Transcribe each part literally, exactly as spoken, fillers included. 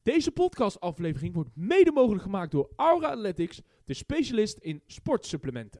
Deze podcastaflevering wordt mede mogelijk gemaakt door Aura Athletics, de specialist in sportsupplementen.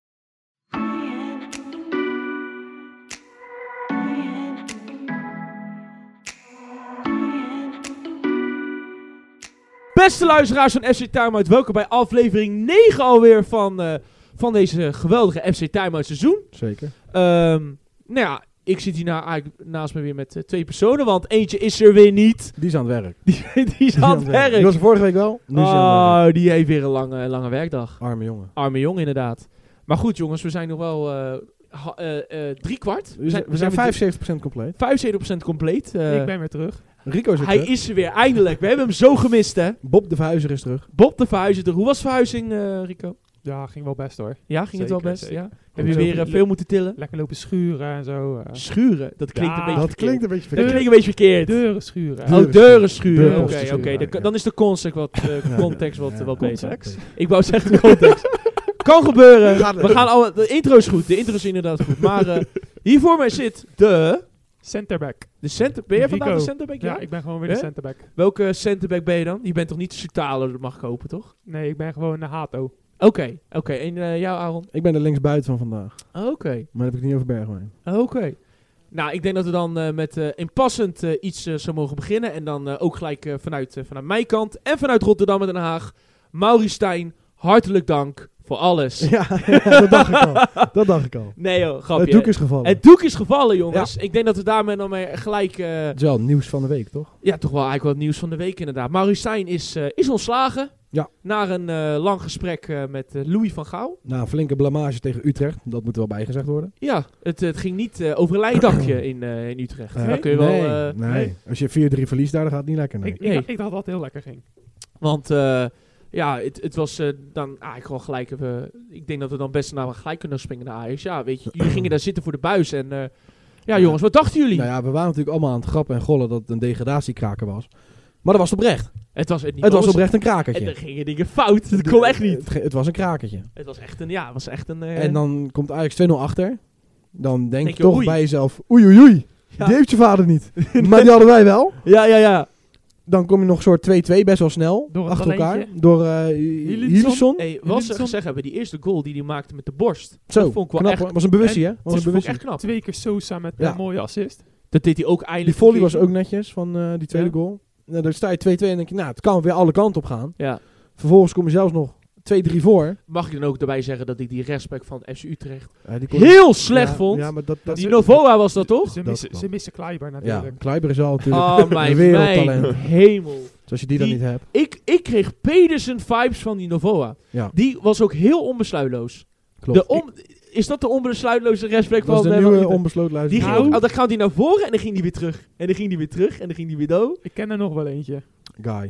Beste luisteraars van F C Time-out, welkom bij aflevering negen alweer van, uh, van deze geweldige F C Time-out seizoen. Zeker. Um, nou ja, ik zit hier na, eigenlijk naast me weer met uh, twee personen, want eentje is er weer niet. Die is aan het werk. Die, die is aan het werk. Die was er vorige week wel. Nu is hij aan het Oh, werk. die heeft weer een lange, lange werkdag. Arme jongen. Arme jongen, inderdaad. Maar goed, jongens, we zijn nog wel uh, ha, uh, uh, drie kwart. We zijn, we zijn vijfenzeventig procent compleet. vijfenzeventig procent compleet. Uh, ik ben weer terug. Rico is er hij terug. is er weer, eindelijk. We hebben hem zo gemist, hè. Bob de Verhuizer is terug. Bob de Verhuizer terug. Hoe was verhuizing, uh, Rico? Ja, ging wel best hoor. Ja, ging het Zeker, wel best? zeker. Ja. Heb je Zo weer uh, le- veel moeten tillen? Lekker lopen schuren en zo. Uh. Schuren? Dat klinkt Ja, een beetje Dat verkeerd. klinkt een beetje Dat verkeerd. klinkt een beetje verkeerd. Deuren schuren. Deuren Oh, deuren schuren. Deuren Oké, schuren, oké. ja, Dan- ja. Dan is de context wat, uh, context wat, Ja, wat beter. context. Ik wou zeggen de context. Kan gebeuren. Gaat We het. gaan al, de intro is goed. De intro is inderdaad goed. Maar uh, hier voor mij zit de... Centerback. de center, ben jij Rico. vandaag de centerback? Ja, Ja? ik ben gewoon weer Hè? de centerback. Welke centerback ben je dan? Je bent toch niet Sutalo, dat mag ik hopen, toch? Nee, ik ben gewoon de Hato. Oké, oké. Okay. En uh, jou, Aaron? Ik ben de linksbuiten van vandaag. Oké, okay. Maar dan heb ik het niet over Bergwijn. oké. Okay. Nou, ik denk dat we dan uh, met uh, inpassend uh, iets uh, zo mogen beginnen. En dan uh, ook gelijk uh, vanuit, uh, vanuit mijn kant en vanuit Rotterdam en Den Haag. Maurice Stijn, hartelijk dank voor alles. Ja, dat dacht ik al. Dat dacht ik al. Nee joh, grapje. Het doek is gevallen. Het doek is gevallen, jongens. Ik denk dat we daarmee dan weer gelijk... Uh, Het is wel nieuws van de week, toch? ja, toch wel eigenlijk wel het nieuws van de week inderdaad. Maurice Stijn is, uh, is ontslagen. Ja. Na een uh, lang gesprek uh, met uh, Louis van Gaal. Nou, een flinke blamage tegen Utrecht. Dat moet er wel bijgezegd worden. Ja, het, het ging niet uh, over een leidakje in, uh, in Utrecht. Uh, Daar kun je nee, wel... Uh, nee. nee. Als je vier drie verliest daar, dan gaat het niet lekker. Nee. Ik, Nee. ik, ik dacht dat het heel lekker ging. Want uh, ja, het, het was uh, dan eigenlijk gewoon gelijk even... Ik denk dat we dan best naar gelijk kunnen springen naar Ajax. Ja, weet je, jullie gingen daar zitten voor de buis. En uh, ja, jongens, wat dachten jullie? Nou ja, we waren natuurlijk allemaal aan het grappen en gollen dat het een degradatiekraker was. Maar dat was oprecht. Het was, het niet Het was anders. oprecht een En krakertje. er gingen dingen fout. Dat kon echt niet. Het, ge- het was een krakertje. Het was echt een... Ja, het was echt een... Uh, En dan komt Ajax twee nul achter. Dan denk, Denk je je, toch oei. bij jezelf, oei oei oei, Ja. die heeft je vader niet. Maar die hadden wij wel. Ja, ja, ja. Dan kom je nog soort twee twee best wel snel Door een achter elkaar. talentje. Door uh, Hilisson. Hilisson. Hey, wat ze gezegd hebben, die eerste goal die hij maakte met de borst. Zo, dat vond ik wel knap echt... hoor. Was een bewustie hè? En Was Dat een vond ik bewustie. echt knap. Twee keer Sosa met Ja. een mooie assist. Dat deed hij ook Die eindelijk. volley een was keertje. ook netjes van uh, die tweede Ja. goal. Nou, dan sta je twee twee en denk je, nou het kan weer alle kanten op gaan. Ja. Vervolgens kom je zelfs nog twee drie voor. Mag ik dan ook erbij zeggen dat ik die rechtsback van F C Utrecht Ja, die kon- heel slecht Ja, vond. Ja, maar dat, dat Die Novoa was dat toch? Ze Dat missen, klopt. ze missen Kleiber ja, natuurlijk. Kleiber is al natuurlijk Oh een mijn, wereldtalent. mijn hemel. Dus als je die, dan Die- niet hebt. Ik, ik kreeg Pedersen vibes van die Novoa. Ja, Die was ook heel onbesluitloos. klopt. De on, is dat de onbesluitloze rechtsback dat is van de eh, nieuwe van- onbesloten Die luisteraar. ging Nou. ook, oh, dan gaat hij naar voren en dan ging hij weer terug. En dan ging hij weer terug en dan ging hij weer dood. Ik ken er nog wel eentje. Guy.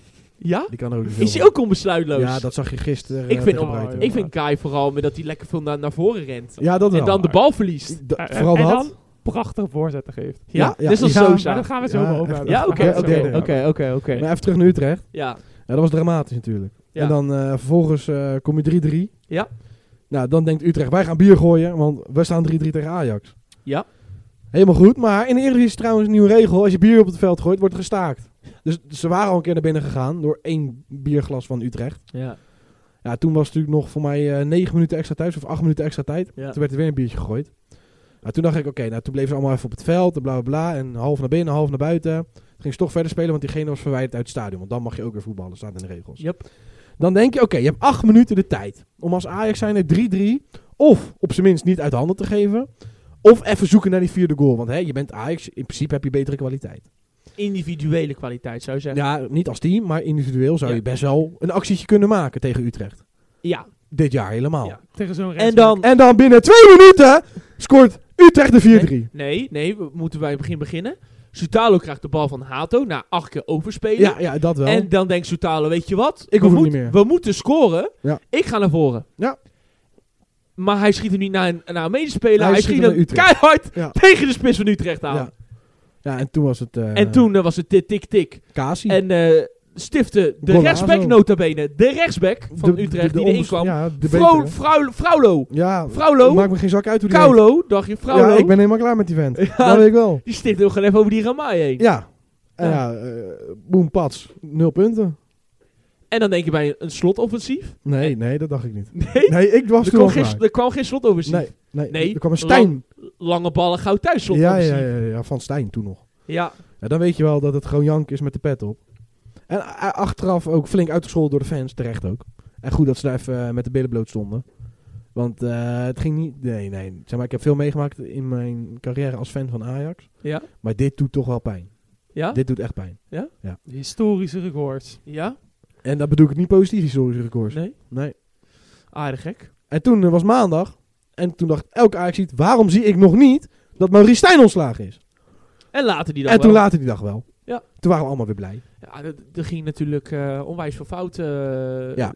Ja? Die kan er ook niet veel Is hij van. ook onbesluitloos? Ja, dat zag je gisteren. Ik eh, vind, tegen ook- Brighton. ik vind Kai vooral met dat hij lekker veel naar, naar voren rent. Ja, dat wel. en dan de bal verliest. Da- Eh, vooral en dat. dan prachtige voorzetten geeft. Ja? Ja, ja, Dit is nog ja, zo Maar saai. dat gaan we het zo Ja, wel over even- hebben. Ja, Dat oké, gaan we het zo oké, over hebben. oké, oké, oké. Maar even terug naar Utrecht. Ja. Ja, dat was dramatisch natuurlijk. Ja. En dan eh, vervolgens eh, kom je drie drie. Ja. Nou, dan denkt Utrecht, wij gaan bier gooien, want we staan drie drie tegen Ajax. Ja. Helemaal goed, maar in de Eredivisie is trouwens een nieuwe regel. Als je bier op het veld gooit, wordt er gestaakt. Dus ze waren al een keer naar binnen gegaan door één bierglas van Utrecht. Ja. Ja, toen was het natuurlijk nog voor mij eh, negen minuten extra tijd of acht minuten extra tijd. Ja. Toen werd er weer een biertje gegooid. Nou, toen dacht ik, oké, nou toen bleven ze allemaal even op het veld en bla bla bla. En half naar binnen, half naar buiten. Toen ging ze toch verder spelen, want diegene was verwijderd uit het stadion. Want dan mag je ook weer voetballen, staat in de regels. Yep. Dan denk je, oké, je hebt acht minuten de tijd om als Ajax zijnde drie drie of op zijn minst niet uit de handen te geven. Of even zoeken naar die vierde goal. Want hè, je bent Ajax, in principe heb je betere kwaliteit. Individuele kwaliteit zou je zeggen. Ja, niet als team, maar individueel zou Ja. je best wel een actietje kunnen maken tegen Utrecht. Ja. Dit jaar helemaal. Ja. Tegen zo'n En dan... En dan binnen twee minuten scoort Utrecht de vier drie. Nee, nee, we moeten bij het begin beginnen. Sutalo krijgt de bal van Hato na acht keer overspelen. Ja, ja, dat wel. En dan denkt Sutalo, weet je wat? Ik we, hoef hem moet- niet meer. we moeten scoren. Ja. Ik ga naar voren. Ja. Maar hij schiet er niet naar een, naar een medespeler. Hij Hij, schiet schiet naar hem Utrecht. keihard Ja. tegen de spits van Utrecht aan. Ja. Ja, en toen was het... eh En toen eh, was het tik, tik, tik. Kasi. En eh stifte de Golazo. rechtsback nota bene. De rechtsback van De- Utrecht de- de die erin onbes- kwam. Ja, de Frau, betere. Frau, Fraulo. Ja, Fraulo. maakt me geen zak uit hoe die heet. Kaulo, dacht je. Fraulo. Ja, ik ben helemaal klaar met die vent. Ja. Dat weet ik wel. Die stikt nog gewoon even over die Ramai heen. Ja. En ja, uh, boem, pats, nul punten. En dan denk je bij een slotoffensief. Nee, nee, dat dacht ik niet. Nee, Nee, ik was er, toen kwam al geen, klaar. er kwam geen slotoffensief. Nee, nee, Nee, er kwam een Stijn. Lang- lange ballen, gauw thuis Ja, slotoffensief. ja, ja, ja, van Stijn toen nog. Ja. Ja, dan weet je wel dat het gewoon jank is met de pet op. En uh, achteraf ook flink uitgescholden door de fans, terecht ook. En goed dat ze daar even uh, met de billen bloot stonden. Want uh, het ging niet... Nee, nee. Zeg maar, ik heb veel meegemaakt in mijn carrière als fan van Ajax. Ja? Maar dit doet toch wel pijn. Ja? Dit doet echt pijn. De historische records. Ja? En dat bedoel ik niet positief, historische records. Nee? Nee. Aardig gek. En toen uh, was maandag. En toen dacht elke Ajax ziet, waarom zie ik nog niet dat Maurice Stijn ontslagen is? En later die dag En toen wel. later die dag wel. Ja. Toen waren we allemaal weer blij. Ja, er, er ging natuurlijk uh, onwijs veel fouten. Uh, Ja.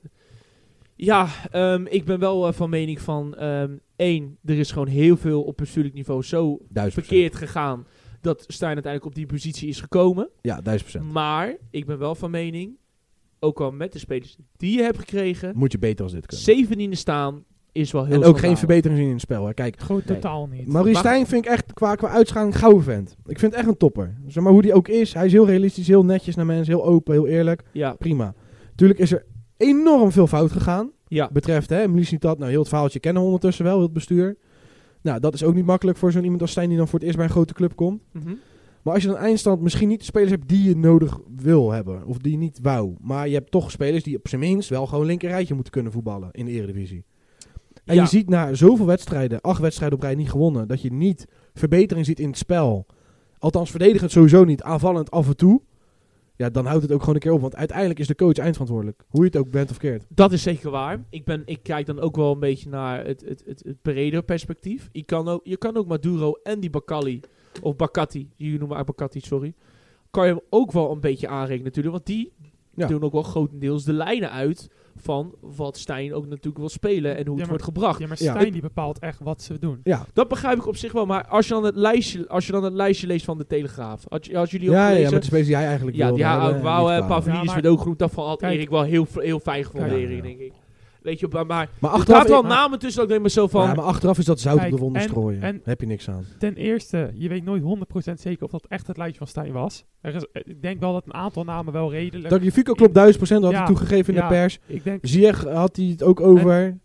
Ja, um, ik ben wel uh, van mening van... Um, één, er is gewoon heel veel op bestuurlijk niveau zo Duizend verkeerd gegaan... dat Stijn uiteindelijk op die positie is gekomen. Ja, duizend procent. Maar ik ben wel van mening... ook al met de spelers die je hebt gekregen... Moet je beter als dit kunnen. zeventiende staan is wel heel En ook schandalig. geen verbetering zien in het spel. Hè. Kijk, Gewoon Nee. totaal niet. Maurice Maar- Stijn vind ik echt qua, qua uitschaling een gouden vent. Ik vind het echt een topper. Zeg maar hoe die ook is. Hij is heel realistisch, heel netjes naar mensen, heel open, heel eerlijk. Ja, Prima. Tuurlijk is er enorm veel fout gegaan. ja. Betreft, hè, Milicitat, nou heel het verhaaltje kennen we ondertussen wel, heel het bestuur. Nou, dat is ook niet makkelijk voor zo'n iemand als Stijn die dan voor het eerst bij een grote club komt. Mhm. Maar als je dan eindstand misschien niet de spelers hebt die je nodig wil hebben. Of die je niet wou. Maar je hebt toch spelers die op zijn minst wel gewoon linker rijtje moeten kunnen voetballen in de Eredivisie. En Ja. je ziet na zoveel wedstrijden, acht wedstrijden op rij niet gewonnen, dat je niet verbetering ziet in het spel. Althans verdedigend sowieso niet, aanvallend af en toe. Ja, dan houdt het ook gewoon een keer op. Want uiteindelijk is de coach eindverantwoordelijk. Hoe je het ook bent of keert. Dat is zeker waar. Ik, ben, ik kijk dan ook wel een beetje naar het, het, het, het breder perspectief. Je kan, ook, je kan ook Maduro en die Bakali, of Bakati, jullie noemen maar Bakati, sorry. Kan je hem ook wel een beetje aanrekenen natuurlijk. Want die Ja. doen ook wel grotendeels de lijnen uit van wat Stijn ook natuurlijk wil spelen en hoe Ja, het maar- wordt gebracht. Ja, maar Ja. Stijn die bepaalt echt wat ze doen. Ja, Dat begrijp ik op zich wel. Maar als je dan het lijstje, als je dan het lijstje leest van de Telegraaf. Als, je- als jullie ook ja, ja, gelezen, met de spelers die hij eigenlijk ja, wilde die hij hebben ook en wou. niet Uh, kwamen. Pavlidis Ja, maar- werd ook genoemd. Dat had Kijk. Erik wel heel, heel fijn gevonden, Ja, Erik, ja. denk ik. Weet je, maar, maar Maar er achteraf, staat wel maar- namen tussen dat ik denk maar zo van... ja, maar achteraf is dat zout Kijk, op de wonden en- strooien. en- Daar heb je niks aan. Ten eerste, je weet nooit honderd procent zeker of dat echt het lijstje van Stijn was. Er is, ik denk wel dat een aantal namen wel redelijk... Tagliafico klopt duizend procent, had Ja, hij toegegeven in ja. de pers. Ik denk... Ziyech had hij het ook over.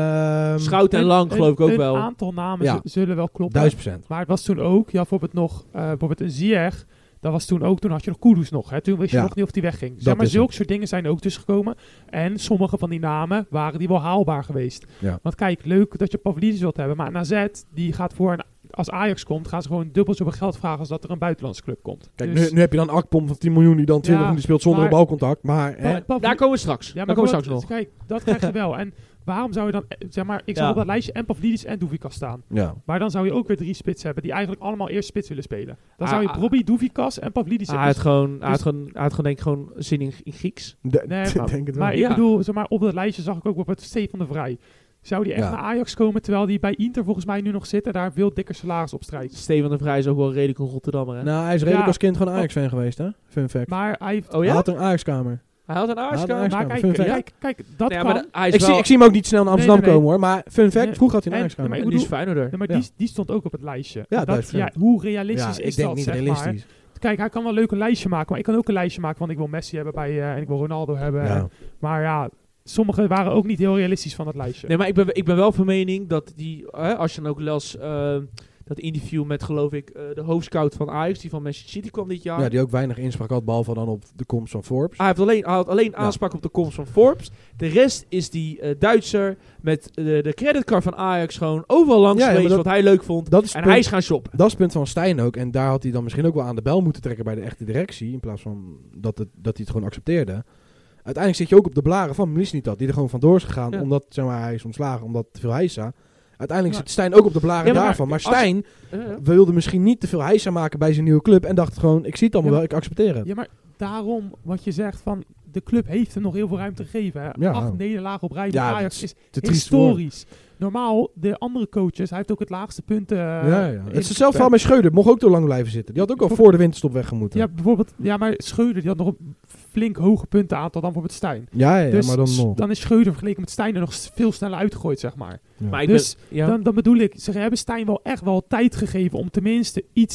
Ehm Schout en een- Lang geloof ik ook een wel. Een aantal namen Ja. z- zullen wel kloppen. duizend procent. Maar het was toen ook, ja, bijvoorbeeld nog, uh, bijvoorbeeld een Ziyech, dat was toen ook, toen had je nog Kudus nog, hè, toen wist je Ja. nog niet of die wegging. Dat Zeg maar, is zulke het. soort dingen zijn ook tussengekomen. En sommige van die namen waren die wel haalbaar geweest. Ja. Want kijk, leuk dat je Pavlidis wilt hebben, maar een A Z, die gaat voor een, als Ajax komt, gaan ze gewoon dubbel zoveel geld vragen als dat er een buitenlandse club komt. Kijk, Dus- nu, nu heb je dan Akpom van tien miljoen die dan twintig Ja, die speelt zonder maar- een balcontact. Maar, hè, Maar Pavli- Daar komen we straks. Ja, Daar maar komen we straks bijvoorbeeld, nog. Kijk, dat krijg je wel. En waarom zou je dan, eh, zeg maar, ik zou Ja. op dat lijstje en Pavlidis en Douvikas staan. ja. Maar dan zou je ook weer drie spits hebben die eigenlijk allemaal eerst spits willen spelen. Dan Ah, zou je ah. Bobby, Douvikas en Pavlidis Hij hebben. had gewoon, hij had Dus- gewoon, hij had gewoon denk ik gewoon zin in, in Grieks. De, Nee, ik maar- denk het wel. Maar ik Ja. bedoel, zeg maar, op dat lijstje zag ik ook bijvoorbeeld Stefan de Vrij. Zou die echt Ja. naar Ajax komen, terwijl die bij Inter volgens mij nu nog zit en daar een veel dikker salaris op strijkt. Steven de Vrij is ook wel redelijk een Rotterdammer, hè? Nou, hij is redelijk Ja. als kind gewoon Ajax-fan geweest, hè? Fun fact. Maar hij heeft... Oh Hij ja? had een Ajax-kamer. Hij had een Hij had Ajax een Ajax- maar Fun kijk, fact. kijk, kijk, dat Nee, kan. maar de- hij is Ik zie, wel- ik zie hem ook niet snel naar Nee, Amsterdam nee, nee. komen, hoor. Maar fun fact, Nee. vroeger had hij een En- Ajax-kamer. maar ik en die is bedoel- Feyenoorder. Ja, maar Ja. die, die stond ook op het lijstje. Ja, dat, duizend ja, procent. hoe realistisch Ja, is ik denk dat, niet zeg realistisch. maar. Kijk, hij kan wel een leuke lijstje maken, maar ik kan ook een lijstje maken, want ik wil Messi hebben bij, uh, en ik wil Ronaldo hebben. Ja. En- maar ja, sommige waren ook niet heel realistisch van dat lijstje. Nee, maar ik ben, ik ben wel van mening dat die, hè, als je dan ook las, eh, dat interview met, geloof ik, eh, de hoofdscout van Ajax, die van Manchester City kwam dit jaar. Ja, die ook weinig inspraak had, behalve dan op de komst van Forbes. Hij, heeft alleen, hij had alleen Ja. aanspraak op de komst van Forbes. De rest is die eh, Duitser met eh, de creditcard van Ajax gewoon overal langs Ja, ja, geweest maar dat- wat hij leuk vond. Dat is, En het hij punt, is gaan shoppen. dat is het punt van Stijn ook. En daar had hij dan misschien ook wel aan de bel moeten trekken bij de echte directie. In plaats van dat, het, dat hij het gewoon accepteerde. Uiteindelijk zit je ook op de blaren van Misnitat, die er gewoon vandoor is gegaan. Ja. Omdat, zeg maar, hij is ontslagen, omdat te veel heisa. Uiteindelijk Maar- zit Stijn ook op de blaren Ja, maar daarvan. Maar als- Stijn Eh, eh. wilde misschien niet te veel heisa maken bij zijn nieuwe club. En dacht gewoon, ik zie het allemaal Ja, wel, ik accepteer het. Ja, maar daarom wat je zegt van de club heeft hem nog heel veel ruimte gegeven. Hè? Ja. Acht nederlagen op rij bij Ja, Ajax dat is Te triest voor. historisch. Normaal, de andere coaches, hij heeft ook het laagste punten. uh, Ja, ja. in- Het is hetzelfde verhaal met Schreuder. Mocht ook te lang blijven zitten. Die had ook al voor de winterstop weggemoeten. Ja, bijvoorbeeld, ja, maar Schreuder die had nog een flink hoger puntenaantal dan bijvoorbeeld Stijn. ja, ja, ja, dus maar dan s- nog. dan is Schreuder vergeleken met Stijn er nog s- veel sneller uitgegooid, zeg maar. Ja. Maar ik Dus ben, ja. Dan, dan bedoel ik, ze hebben Stijn wel echt wel tijd gegeven om tenminste iets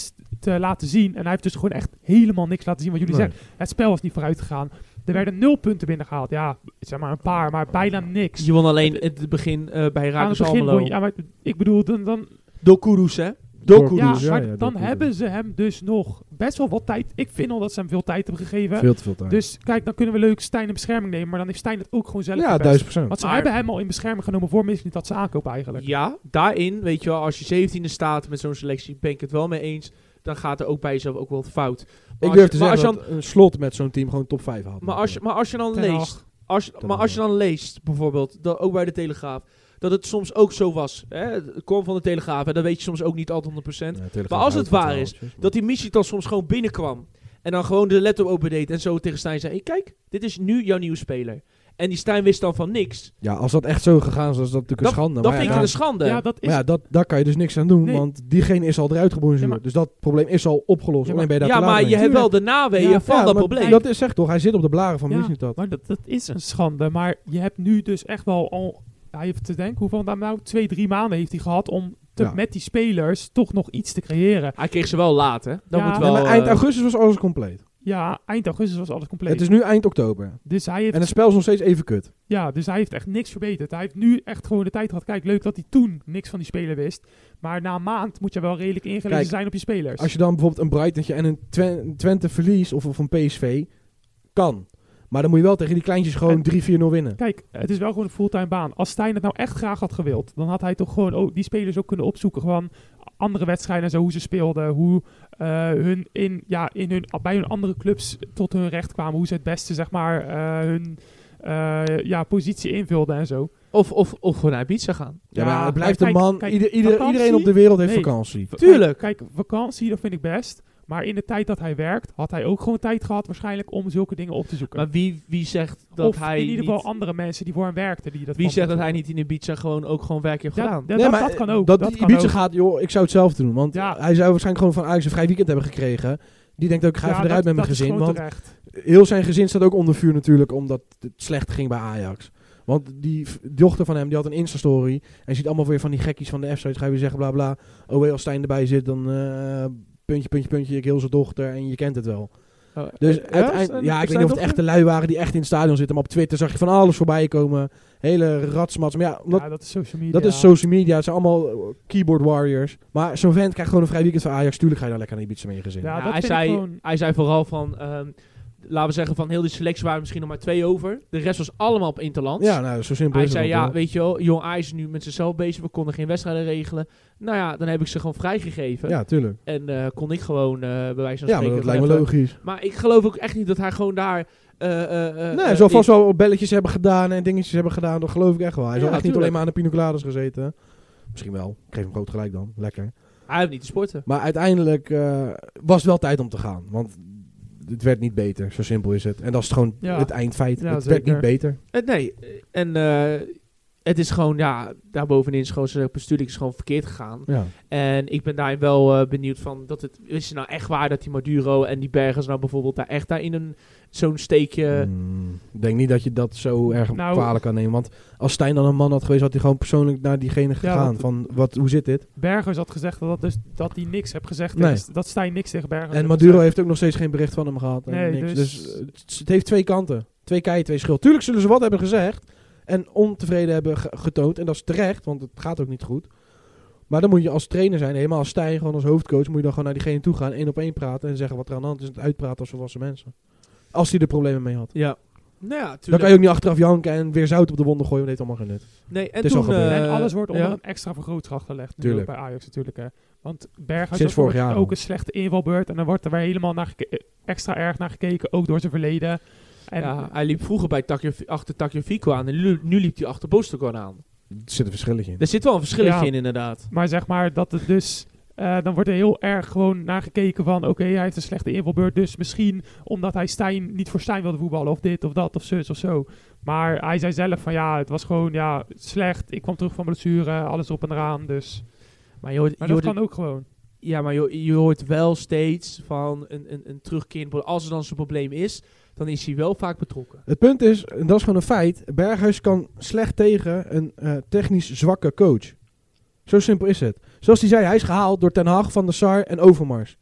te laten zien. En hij heeft dus gewoon echt helemaal niks laten zien. Wat jullie Nee. zeggen, het spel was niet vooruit gegaan. Er werden nul punten binnengehaald. Ja, zeg maar een paar, maar bijna niks. Je won alleen in het begin uh, bij Aan het Raakles begin Almelo. won je, ja, maar ik bedoel, dan... dan Door Kudus, hè? Door Door ja, Kudus, ja, maar ja, dan door Kudus. hebben ze hem dus nog best wel wat tijd. Ik vind al dat ze hem veel tijd hebben gegeven. Veel te veel tijd. Dus kijk, dan kunnen we leuk Stijn in bescherming nemen. Maar dan heeft Stijn het ook gewoon zelf ja, verpest. duizend procent. Want ze Maar- hebben hem al in bescherming genomen voor misschien dat ze aankopen eigenlijk. Ja, daarin, weet je wel, als je zeventiende staat met zo'n selectie, ben ik het wel mee eens. Dan gaat er ook bij jezelf ook wel wat fout. Maar Ik als durf je- te maar zeggen als je dat een slot met zo'n team gewoon top vijf had. Maar als je, maar als je dan Ten leest, Hag. als, Ten maar als je Hag. dan leest, bijvoorbeeld, dat, ook bij de Telegraaf, dat het soms ook zo was. Hè? Het kwam van de Telegraaf en dat weet je soms ook niet altijd honderd procent. Ja, Telegraaf Maar als houdt het van waar is, verhaaltjes, maar- Dat die missie dan soms gewoon binnenkwam en dan gewoon de laptop opendeed en zo tegen Stijn zei, hey, kijk, dit is nu jouw nieuwe speler. En die Stijn wist dan van niks. Ja, als dat echt zo gegaan is, dan is dat natuurlijk een Dat, schande. dat maar vind ja, ik daar- een schande. Ja, dat is... maar ja, dat, daar kan je dus niks aan doen, Nee. want diegene is al eruit gebonjourd. Ja, maar- Dus dat probleem is al opgelost. Ja, Alleen ben je daar ja, te laat maar mee. je hebt wel de naweeën Ja, van Ja, dat maar probleem. Dat is zeg toch, hij zit op de blaren van Ja, Mislintat. maar dat, dat is een schande. Maar je hebt nu dus echt wel al... Hij heeft te denken, hoeveel nou, nou twee, drie maanden heeft hij gehad om te, Ja. met die spelers toch nog iets te creëren. Hij kreeg ze wel laat, hè? Dat Ja. moet Ja, wel... Ja, maar eind eh, augustus was alles compleet. Ja, eind augustus was alles compleet. Het is nu eind oktober. Dus hij heeft En het spel is nog steeds even kut. Ja, dus hij heeft echt niks verbeterd. Hij heeft nu echt gewoon de tijd gehad. Kijk, leuk dat hij toen niks van die speler wist. Maar na een maand moet je wel redelijk ingelezen Kijk, zijn op je spelers. Als je dan bijvoorbeeld een Brighton en een Twen- Twente verliest, of, of een P S V, kan. Maar dan moet je wel tegen die kleintjes gewoon En- drie vier nul winnen. Kijk, het is wel gewoon een fulltime baan. Als Stijn het nou echt graag had gewild, dan had hij toch gewoon ook die spelers ook kunnen opzoeken. Gewoon andere wedstrijden en zo, hoe ze speelden. Hoe eh, hun, in, ja, in hun, bij hun andere clubs tot hun recht kwamen. Hoe ze het beste, zeg maar, eh, hun eh, ja, positie invulden en zo. Of, of, of gewoon naar Ibiza gaan. Ja, maar Ja, het blijft maar een kijk, man. kijk, Ieder, ieder- vakantie? iedereen op de wereld heeft Nee. vakantie. Tuurlijk. Kijk, kijk, vakantie, dat vind ik best. Maar in de tijd dat hij werkt, had hij ook gewoon tijd gehad waarschijnlijk om zulke dingen op te zoeken. Maar wie, wie zegt dat of hij in ieder geval niet- andere mensen die voor hem werkten. Die dat Wie van zegt dat hem hij niet in Ibiza gewoon ook gewoon werk heeft Ja, gedaan? ja, Nee, dat, maar dat kan ook. Dat, dat die kan Ibiza ook. gaat, joh, ik zou hetzelfde doen. Want Ja. hij zou waarschijnlijk gewoon van Ajax een vrij weekend hebben gekregen. Die denkt ook, ik ga Ja, even eruit dat- met mijn dat is gezin. gewoon Want terecht. heel zijn gezin staat ook onder vuur natuurlijk, omdat het slecht ging bij Ajax. Want die v- dochter van hem, die had een Insta-story. En je ziet allemaal weer van die gekkies van de F. Ga je weer zeggen, bla bla. Oh, hey, als Stijn erbij zit, dan eh, puntje, puntje, puntje. Ik heel zijn dochter en je kent het wel. Oh, Dus eh, uiteindelijk, ja, ja, ik weet zijn niet of het dochter? echte lui waren die echt in het stadion zitten. Maar op Twitter zag je van alles voorbij komen. Hele ratsmats. Maar ja, omdat, Ja, dat is social media. dat is social media. Het zijn allemaal eh, keyboard warriors. Maar zo'n vent krijgt gewoon een vrij weekend van Ajax. Tuurlijk ga je daar lekker naar Ibiza met je gezin. Ja, Ja, dat hij, vind ik zei, gewoon- hij zei vooral van, ehm, laten we zeggen van heel die selectie waren misschien nog maar twee over. De rest was allemaal op interlands. Ja, nou, zo simpel Hij is het zei, ook, ja, hoor. weet je wel, Jong Ajax is nu met zichzelf bezig. We konden geen wedstrijden regelen. Nou ja, dan heb ik ze gewoon vrijgegeven. Ja, tuurlijk. En eh, kon ik gewoon, eh bij wijze van Ja, spreken... maar dat lijkt me even- logisch. Maar ik geloof ook echt niet dat hij gewoon daar... eh, eh, eh, Nee, eh, zal vast in- wel belletjes hebben gedaan en dingetjes hebben gedaan. Dat geloof ik echt wel. Hij zal Ja, echt niet tuurlijk. alleen maar aan de pina coladas gezeten. Misschien wel. Ik geef hem groot gelijk dan. Lekker. Hij heeft niet te sporten. Maar uiteindelijk eh, was het wel tijd om te gaan. Want het werd niet beter. Zo simpel is het. En dat is gewoon Ja. het eindfeit. Ja, het werd zeker. niet beter. Eh, nee, eh, en eh, het is gewoon, ja, daarbovenin is gewoon zijn bestuurlijk is gewoon verkeerd gegaan. Ja. En ik ben daarin wel eh, benieuwd van, dat het, is het nou echt waar dat die Maduro en die Bergers nou bijvoorbeeld daar echt daar in een, zo'n steekje... Mm, ik denk niet dat je dat zo erg Nou- kwalijk kan nemen. Want als Stijn dan een man had geweest, had hij gewoon persoonlijk naar diegene gegaan. want- van, wat, hoe zit dit? Bergers had gezegd dat, dat, dus, dat hij niks heeft gezegd. Nee. tegen- Dat Stijn niks tegen Bergers En heeft Maduro gezegd. heeft ook nog steeds geen bericht van hem gehad. En Nee, niks. dus- Dus, eh, het, het heeft twee kanten. Twee keien, twee schuld. Tuurlijk zullen ze wat hebben gezegd. En ontevreden hebben ge- getoond. En dat is terecht, want het gaat ook niet goed. Maar dan moet je als trainer zijn, helemaal als Stijn, gewoon als hoofdcoach, moet je dan gewoon naar diegene toe gaan, één op één praten en zeggen wat er aan de hand is. En het uitpraten als volwassen mensen. Als hij er problemen mee had. Ja. Nou ja, Dan tuurlijk. kan je ook niet achteraf janken en weer zout op de wonden gooien, want dat heeft allemaal geen nut. Nee, en Het is toen... al gebeurd. eh, En alles wordt onder ja. een extra vergrootglas gelegd. Nu Tuurlijk. ook bij Ajax natuurlijk. Hè. Want Berghuis Sinds had vorig jaar ook al. een slechte invalbeurt. En dan wordt er weer helemaal naar geke- extra erg naar gekeken. Ook door zijn verleden. En, Ja, hij liep vroeger bij Tagliaf- achter Tagliafico aan en nu, nu liep hij achter Boostergon aan. Er zit een verschilletje in. Er zit wel een verschilletje Ja. in, inderdaad. Maar zeg maar dat het dus... eh, dan wordt er heel erg gewoon naar gekeken van... Oké, hij heeft een slechte invalbeurt. Dus misschien omdat hij Stijn niet voor Stijn wilde voetballen. Of dit of dat of zus of zo. Maar hij zei zelf van ja, het was gewoon ja, slecht. Ik kwam terug van blessure. Alles op en eraan. Dus. Maar je hoort, Maar je dat hoort, kan ook gewoon. ja, maar je, je hoort wel steeds van een, een, een terugkeer. Als er dan zo'n probleem is, dan is hij wel vaak betrokken. Het punt is, en dat is gewoon een feit, Berghuis kan slecht tegen een eh, technisch zwakke coach. Zo simpel is het. Zoals hij zei, hij is gehaald door Ten Hag, Van der Sar en Overmars.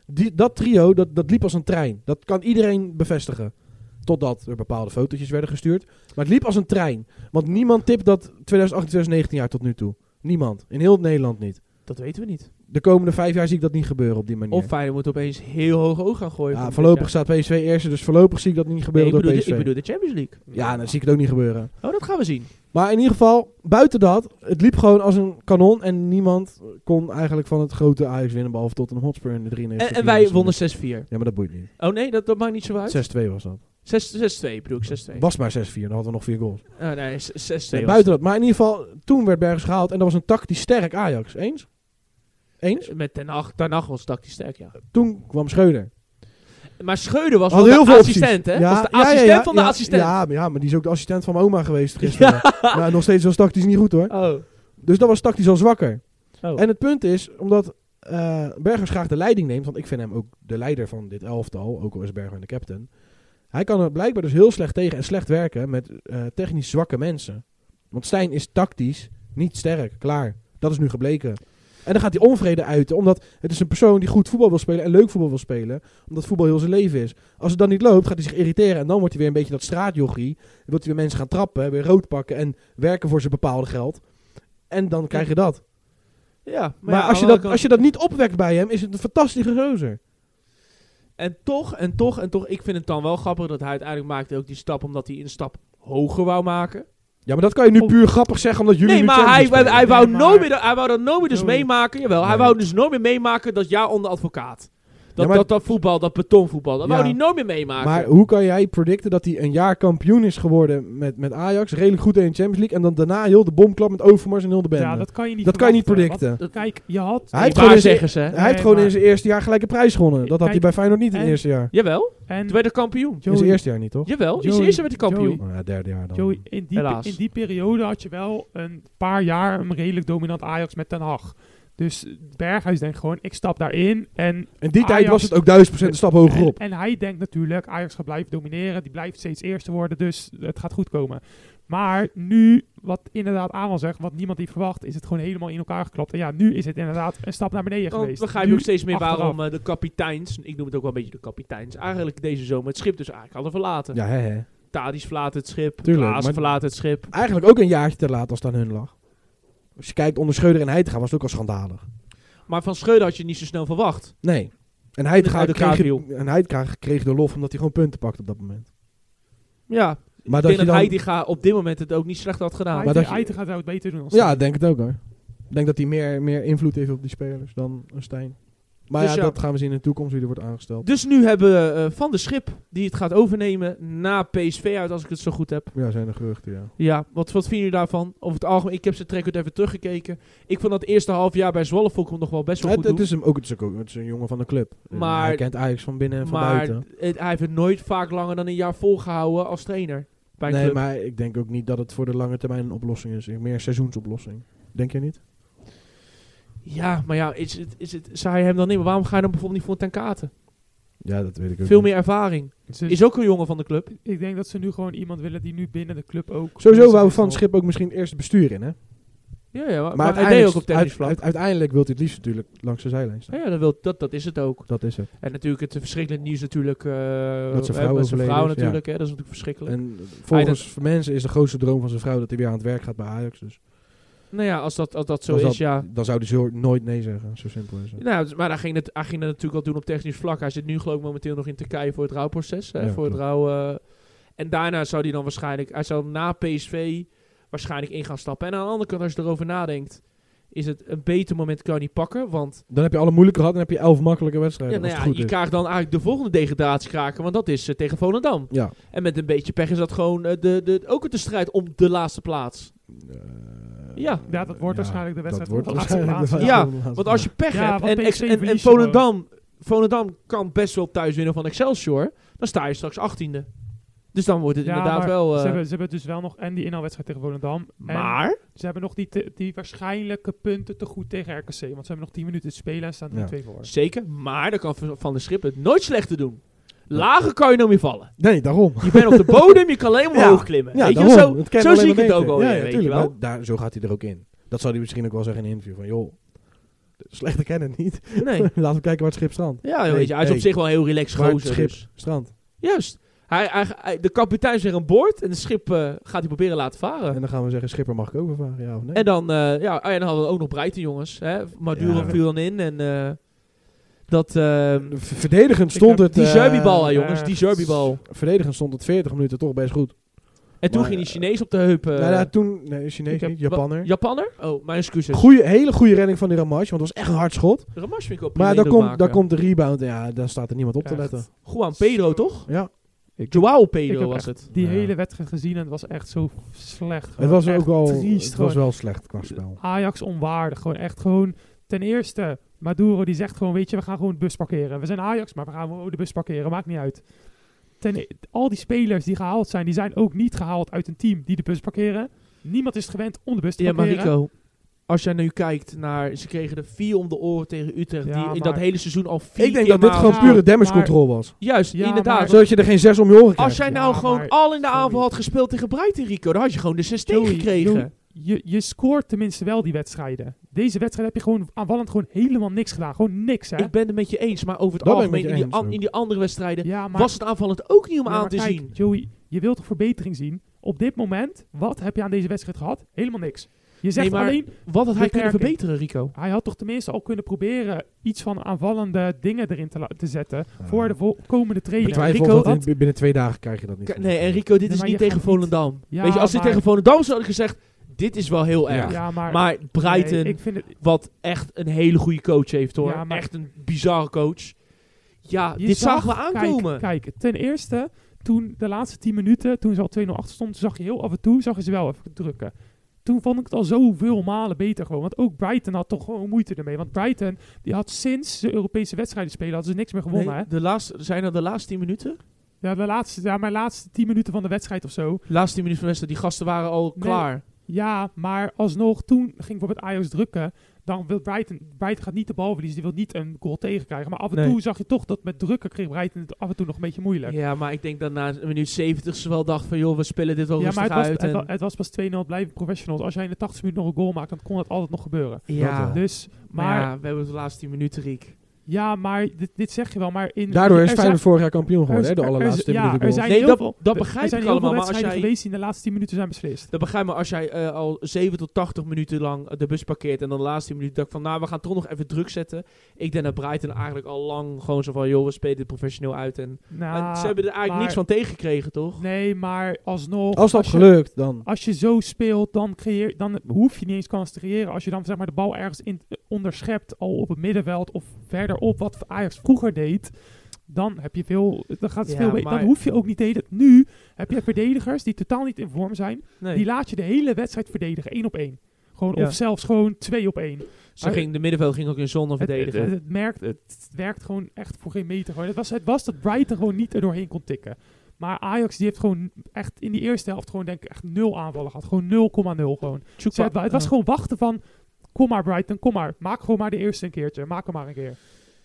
Die, dat trio, dat, dat liep als een trein. Dat kan iedereen bevestigen. Totdat er bepaalde fotootjes werden gestuurd. Maar het liep als een trein. Want niemand tipt dat twintig achttien, twintig negentien jaar tot nu toe. Niemand. In heel Nederland niet. Dat weten we niet. De komende vijf jaar zie ik dat niet gebeuren op die manier. Of Feyenoord moet opeens heel hoog oog gaan gooien. Ja, voorlopig staat P S V eerste, dus voorlopig zie ik dat niet gebeuren nee, ik, bedoel door P S V. de, ik bedoel de Champions League. Ja, dan zie ik het ook niet gebeuren. Oh, dat gaan we zien. Maar in ieder geval, buiten dat, het liep gewoon als een kanon. En niemand kon eigenlijk van het grote Ajax winnen, behalve tot een Hotspur in de En, drieënnegentigste. en wij wonnen zes vier. Ja, maar dat boeit niet. Oh nee, dat, dat maakt niet zo uit. zes twee was dat. zes twee bedoel ik, zes twee. Was maar zes vier, dan hadden we nog vier goals. Oh nee, zes twee. Nee, buiten dat. Maar in ieder geval, toen werd Bergers gehaald. En dat was een tactisch sterk Ajax. Eens? Eens? Met Ten Hag, Ten Hag was tactisch sterk, ja. Toen kwam Schreuder. Maar Schreuder was Had wel heel de veel assistent, opties. hè? Ja, was de ja, ja, assistent ja, van de ja, assistent. Ja, maar ja, maar die is ook de assistent van mijn oma geweest gisteren. Maar nog steeds was tactisch niet goed, hoor. Oh. Dus dat was tactisch al zwakker. Oh. En het punt is, omdat uh, Bergers graag de leiding neemt, want ik vind hem ook de leider van dit elftal, ook al is Berger de captain. Hij kan er blijkbaar dus heel slecht tegen en slecht werken met uh, technisch zwakke mensen. Want Stijn is tactisch niet sterk, klaar. Dat is nu gebleken. En dan gaat hij onvrede uiten, omdat het is een persoon die goed voetbal wil spelen en leuk voetbal wil spelen, omdat voetbal heel zijn leven is. Als het dan niet loopt, gaat hij zich irriteren en dan wordt hij weer een beetje dat straatjochie. Dan wil hij weer mensen gaan trappen, weer rood pakken en werken voor zijn bepaalde geld. En dan krijg je dat. Ja, maar, Maar ja, als, je aan de dat, andere als je dat niet opwekt bij hem, is het een fantastische gozer. En toch, en toch, en toch, ik vind het dan wel grappig dat hij uiteindelijk maakte ook die stap, omdat hij een stap hoger wou maken. Ja, maar dat kan je nu Om- puur grappig zeggen, omdat jullie Nee, nu maar hij, Champions hij, spelen. hij, wou Nee, nooit maar- meer, hij wou dat nooit meer dus Joey. meemaken. Jawel, hij Nee. wou dus nooit meer meemaken dat jaar onder advocaat. Dat, Ja, maar- dat, dat voetbal, dat betonvoetbal, dat Ja. wou hij nooit meer meemaken. Maar hoe kan jij predicten dat hij een jaar kampioen is geworden met, met Ajax, redelijk goed in de Champions League, en dan daarna heel de bomklap met Overmars en heel de bende? Ja, dat kan je niet Dat kan je niet verwachten, predicten. want, Kijk, je had... Hij heeft Waar gewoon in zijn- zeggen ze? Hij Nee, heeft gewoon maar- in zijn eerste jaar gelijk een prijs gewonnen. Dat had Kijk, hij bij Feyenoord niet in en- het eerste jaar. Jawel, En toen werd hij kampioen. In Joey, zijn eerste jaar niet, toch? Jawel, in zijn Joey, eerste werd hij kampioen. Joey. Oh, ja, derde jaar dan. Joey, in die, Helaas. in die periode had je wel een paar jaar een redelijk dominant Ajax met Ten Hag. Dus Berghuis denkt gewoon, ik stap daarin. En In die tijd Ajax- was het ook duizend procent een stap hoger En, op. en hij denkt natuurlijk, Ajax gaat blijven domineren. Die blijft steeds eerste worden, dus het gaat goed komen. Maar nu, wat inderdaad Aaron zegt, wat niemand heeft verwacht, is het gewoon helemaal in elkaar geklapt. En ja, nu is het inderdaad een stap naar beneden Want geweest. we begrijpen Nu ook steeds meer achteraf. waarom eh, de kapiteins, ik noem het ook wel een beetje de kapiteins, eigenlijk deze zomer het schip dus eigenlijk hadden verlaten. Ja, hè, hè. Tadic verlaat het schip, Tuurlijk, Klaassen maar- verlaat het schip. Eigenlijk ook een jaartje te laat als het aan hun lag. Als je kijkt onder Schreuder en Heitinga was het ook al schandalig. Maar van Schreuder had je niet zo snel verwacht. Nee. En Heitinga Uit de kreeg, kraag en Heitinga kreeg de lof omdat hij gewoon punten pakte op dat moment. Ja, Maar ik dat denk je dat dan... Heitinga op dit moment het ook niet slecht had gedaan. Hij Maar dat je- Heitinga zou het beter doen. Als Ja, ik denk het ook hoor. Ik denk dat hij meer, meer invloed heeft op die spelers dan een Stijn. Maar Dus ja, ja. dat gaan we zien in de toekomst wie er wordt aangesteld. Dus nu hebben we eh, Van de Schip die het gaat overnemen na P S V uit, als ik het zo goed heb. Ja, zijn er geruchten, ja. Ja, wat, wat vinden jullie daarvan? Over het algemeen, ik heb zijn track even teruggekeken. Ik vond dat eerste half jaar bij Zwolle vond ik hem nog wel best wel Het, goed het, doen. is hem ook, het, is ook, het is een jongen van de club. En Maar- hij kent Ajax van binnen en van maar buiten. het- hij heeft het nooit vaak langer dan een jaar volgehouden als trainer bij een Nee, club. maar ik denk ook niet dat het voor de lange termijn een oplossing is. Meer een seizoensoplossing. Denk je niet? Ja, maar ja, is het, is het, zou je hem dan nemen? Waarom ga je dan bijvoorbeeld niet voor Ten Kate? Ja, dat weet ik ook Veel niet. meer ervaring. Dus Is ook een jongen van de club. ik denk dat ze nu gewoon iemand willen die nu binnen de club ook... Sowieso wou Van Schip ook misschien eerst het bestuur in, hè? Ja, ja, maar, Maar, maar hij deed uiteindelijk, ook op technisch uit- vlak. uit- uiteindelijk wil hij het liefst natuurlijk langs de zijlijn staan. Ja, ja, dat, wil, dat, dat is het ook. Dat is het. En natuurlijk het verschrikkelijk nieuws natuurlijk. eh, Dat zijn hè, vrouw met zijn overleden vrouw is, natuurlijk. Hè, dat is natuurlijk verschrikkelijk. En volgens mensen is de grootste droom van zijn vrouw dat hij weer aan het werk gaat bij Ajax. Dus Nou ja, als dat, als dat zo dan, is, zal- ja. dan zou hij zo nooit nee zeggen. Zo simpel is het. Nou, dus- maar hij ging, het, hij ging het natuurlijk al doen op technisch vlak. Hij zit nu geloof ik momenteel nog in Turkije voor het rouwproces. Hè, Ja, voor het klopt. rouw, eh, en daarna zou hij dan waarschijnlijk... Hij zou na P S V waarschijnlijk in gaan stappen. En aan de andere kant, als je erover nadenkt... Is het een beter moment kan je niet pakken. Want Dan heb je alle moeilijke gehad en dan heb je elf makkelijke ja, wedstrijden. nou als ja, het je goed is. krijgt dan eigenlijk de volgende degradatie kraken. Want dat is eh, tegen Volendam. Ja. En met een beetje pech is dat gewoon eh, de, de, ook de strijd om de laatste plaats. Eh, Ja. Ja, dat wordt waarschijnlijk de wedstrijd dat wordt voor de laatste waarschijnlijk de plaats. Ja, wedstrijd voor de laatste Want als je pech Ja, hebt want en, P S V ex- en, en verliest Volendam, Volendam kan best wel thuis winnen van Excelsior, dan sta je straks achttiende. Dus dan wordt het Ja, inderdaad maar wel... eh, Ze, hebben, ze hebben dus wel nog en die inhaalwedstrijd tegen Volendam. En maar, ze hebben nog die, te- die waarschijnlijke punten te goed tegen R K C. Want ze hebben nog tien minuten te spelen en staan drie twee voor. zeker, maar dan kan Van Van der Schip het nooit slechter doen. Lager kan je nog meer vallen. Nee, daarom. Je bent op de bodem, je kan alleen maar Ja. omhoog klimmen. Ja, weet je, daarom. zo Het kan zo alleen zie ik maar het ook beter. wel Ja, weer, ja, weet je tuurlijk, wel. maar daar, zo gaat hij er ook in. Dat zal hij misschien ook wel zeggen in een interview. Van joh, Slechter kennen het niet. Nee. Laten we kijken waar het schip strandt. Ja, Nee, weet je, hij is nee. op zich wel een heel relaxed Waar het gozer. schip Dus. strandt. Juist. Hij, hij, hij- de kapitein is weer aan boord en het schip uh, gaat hij proberen laten varen. En dan gaan we zeggen, schipper mag ik overvaren, ja of nee? En dan, uh, ja, oh ja, dan hadden we ook nog Breiten, jongens. Hè? Maduro Ja. viel dan in en uh, dat... Uh, V- Verdedigend stond heb het... die eh, Zerbibal, hè, jongens, eh, die Zerbibal. Verdedigend stond het veertig minuten toch best goed. En toen maar, ging die Chinees op de heup. Uh, nou, ja, toen... Nee, Chinees ik heb- niet, Japanner. Japanner? Oh, mijn excuses. Goeie, hele goede redding van die Ramash, want het was echt een hard schot. Ramash vind ik ook Maar prima daar komt, maken. daar komt de rebound en ja, daar staat er niemand op te Echt. letten. Juan Pedro, toch? Ja, Ik, Joao ik Pedro heb was echt het. die Ja. hele wedstrijd gezien en het was echt zo slecht. het Gewoon was echt ook wel, triest, het gewoon. was wel slecht qua spel. Ajax onwaardig. Gewoon echt gewoon... Ten eerste, Maduro die zegt gewoon, weet je, we gaan gewoon de bus parkeren. We zijn Ajax, maar we gaan gewoon de bus parkeren. Maakt niet uit. Ten, e- al die spelers die gehaald zijn, die zijn ook niet gehaald uit een team die de bus parkeren. Niemand is gewend om de bus te Ja, maar parkeren. Rico, als jij nu kijkt naar... Ze kregen er vier om de oren tegen Utrecht. Ja, die in maar- dat hele seizoen al vier Ik denk keer dat dit maar- gewoon Ja, pure damage maar- control was. Juist, Ja, inderdaad. maar- Zodat je er geen zes om je oren krijgt. Als jij nou Ja, gewoon maar- al in de Sorry. aanval had gespeeld tegen Brighton, Rico, dan had je gewoon de zes Joey, tegengekregen. Joey, Je, je scoort tenminste wel die wedstrijden. Deze wedstrijd heb je gewoon aanvallend gewoon helemaal niks gedaan. Gewoon niks, hè? Ik ben het met je eens, maar over het Dat ben ik algemeen met in je die, eens an- ook. in die andere wedstrijden ja, maar, was het aanvallend ook niet om ja, aan maar te kijk, zien. Joey, je wilt toch verbetering zien? Op dit moment, wat heb je aan deze wedstrijd gehad? Helemaal niks. Je zegt Nee, maar alleen, Wat had hij kunnen beperking. verbeteren, Rico? hij had toch tenminste al kunnen proberen iets van aanvallende dingen erin te, la- te zetten Ja. voor de vol- komende training. Betwijfel Rico, dat in- wat? binnen twee dagen krijg je dat niet. K- Nee, en Rico, dit Nee, is maar niet je tegen gaat niet- Volendam. Ja, Weet je, als dit maar- tegen Volendam was, had ik gezegd, dit is wel heel erg. Ja, maar, Maar Brighton, nee, ik vind het, wat echt een hele goede coach heeft, hoor. Ja, maar- echt een bizarre coach. Ja, je dit zag- zagen we aankomen. Kijk, kijk, ten eerste, toen de laatste tien minuten, toen ze al twee nul achter stonden, zag je heel af en toe, zag je ze wel even drukken. Toen vond ik het al zoveel malen beter gewoon. Want ook Brighton had toch gewoon moeite ermee. Want Brighton, die had sinds ze Europese wedstrijden spelen, hadden ze niks meer gewonnen, Nee, hè? de laatste, zijn dat de laatste tien minuten? Ja, de laatste, ja, mijn laatste tien minuten van de wedstrijd of zo. De laatste tien minuten van de wedstrijd, die gasten waren al Nee. klaar. Ja, maar alsnog, toen ging bijvoorbeeld Ajax drukken. Dan wil Brighton, Brighton gaat niet de bal verliezen. Die wil niet een goal tegenkrijgen. Maar af en Nee. toe zag je toch dat met drukken kreeg Brighton het af en toe nog een beetje moeilijk. Ja, maar ik denk dat na een minuut zeventig ze wel dachten van, joh, we spelen dit wel Ja, rustig maar het was, uit. het, en- wa- het was pas twee nul, het blijven professionals. Als jij in de tachtigste minuut nog een goal maakt, dan kon het altijd nog gebeuren. ja, wel. Dus, maar, maar, ja, we hebben de laatste tien minuten, Riek. ja, maar dit, dit zeg je wel. Maar in, Daardoor er is zijn- Feyenoord vorig jaar kampioen geworden, hè? er- De er- allerlaatste ja, minuten er goal. zijn Nee, heel dat, veel- dat er begrijp zijn ik heel allemaal, veel maar als wedstrijden jij... geweest die in de laatste tien minuten zijn beslist. Dat begrijp ik, maar als jij eh, al zeven tot tachtig minuten lang de bus parkeert en dan de laatste tien minuten dacht van, nou, we gaan toch nog even druk zetten. Ik denk dat Brighton eigenlijk al lang gewoon zo van, joh, we spelen dit professioneel uit. En, Nou, en ze hebben er eigenlijk maar- niks van tegengekregen, toch? Nee, maar alsnog... Als dat als je- gelukt, dan... Als je zo speelt, dan, creëer, dan hoef je niet eens kans te creëren. Als je dan zeg maar, de bal ergens in, onderschept, al op het middenveld of verderop, wat Ajax vroeger deed, dan heb je veel, dan gaat het Ja, veel beter. maar- Dan hoef je ook niet te delen. Nu heb je verdedigers die totaal niet in vorm zijn. Nee. Die laat je de hele wedstrijd verdedigen, één op één. Gewoon, Ja. Of zelfs gewoon twee op één. Ze ging, de middenveld ging ook in zone Het, het, verdedigen. het, het merkt, het werkt gewoon echt voor geen meter. Gewoon. Het, was, het was dat Brighton gewoon niet er doorheen kon tikken. Maar Ajax die heeft gewoon echt in die eerste helft gewoon denk ik echt nul aanvallen gehad. Gewoon nul komma nul gewoon. Ze, het, het was Ja. gewoon wachten van, kom maar Brighton, kom maar. Maak gewoon maar de eerste een keertje. Maak hem maar een keer.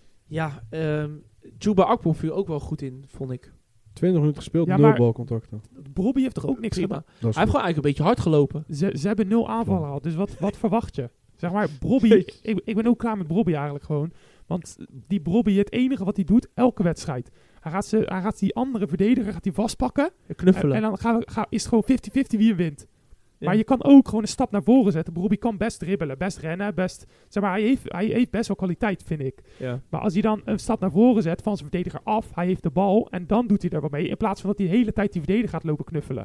Ja, um, Juba Akpom viel ook wel goed in, vond ik. twintig minuten gespeeld, Ja, nul maar- balcontacten. Bobby heeft toch ook niks Prima. gedaan? Dat is Hij heeft gewoon eigenlijk een beetje hard gelopen. Ze, ze hebben nul aanvallen gehad. Dus wat, wat verwacht je? Zeg maar, Bobby, ik, ik ben ook klaar met Bobby eigenlijk gewoon. Want die Bobby, het enige wat hij doet, elke wedstrijd. Hij gaat, ze, hij gaat die andere verdediger gaat hij vastpakken. En, Knuffelen. en dan gaan we, gaan, is het gewoon vijftig vijftig wie hem wint. Ja. Maar je kan ook gewoon een stap naar voren zetten. Bobby kan best dribbelen, best rennen, best... Zeg maar, hij heeft, hij heeft best wel kwaliteit, vind ik. Ja. Maar als hij dan een stap naar voren zet van zijn verdediger af, hij heeft de bal en dan doet hij er wat mee. In plaats van dat hij de hele tijd die verdediger gaat lopen knuffelen.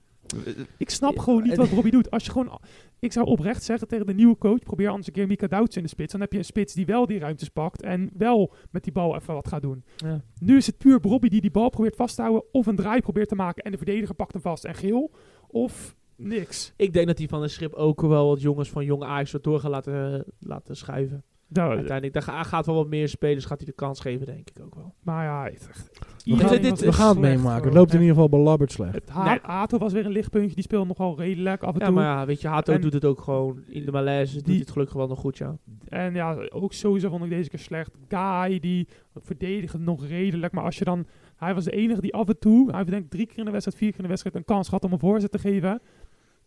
Ik snap Ja, gewoon niet en- wat Bobby doet. Als je gewoon, ik zou oprecht zeggen tegen de nieuwe coach, probeer anders een keer Mika Douts in de spits. Dan heb je een spits die wel die ruimtes pakt en wel met die bal even wat gaat doen. Ja. Nu is het puur Bobby die die bal probeert vast te houden of een draai probeert te maken en de verdediger pakt hem vast en geel. Of niks. Ik denk dat hij van de schip ook wel wat jongens van jonge Ajax wat door gaat laten, laten schuiven. Nou, Uiteindelijk daar ga- gaat wel wat meer spelers, gaat hij de kans geven, denk ik ook wel. maar ja, het, echt- We iedereen gaan, dit was is we gaan het slecht meemaken. Het gewoon. loopt in ieder geval belabberd slecht. Het Ha- Nee. Hato was weer een lichtpuntje, die speelde nogal redelijk af en Ja, toe. maar ja, weet je, Hato En- doet het ook gewoon in de malaise, doet Die- hij het gelukkig wel nog goed, ja. En ja, ook sowieso vond ik deze keer slecht. Guy, die verdedigde nog redelijk. Maar als je dan... Hij was de enige die af en toe... Hij heeft denk ik drie keer in de wedstrijd, vier keer in de wedstrijd... een kans gehad om een voorzet te geven.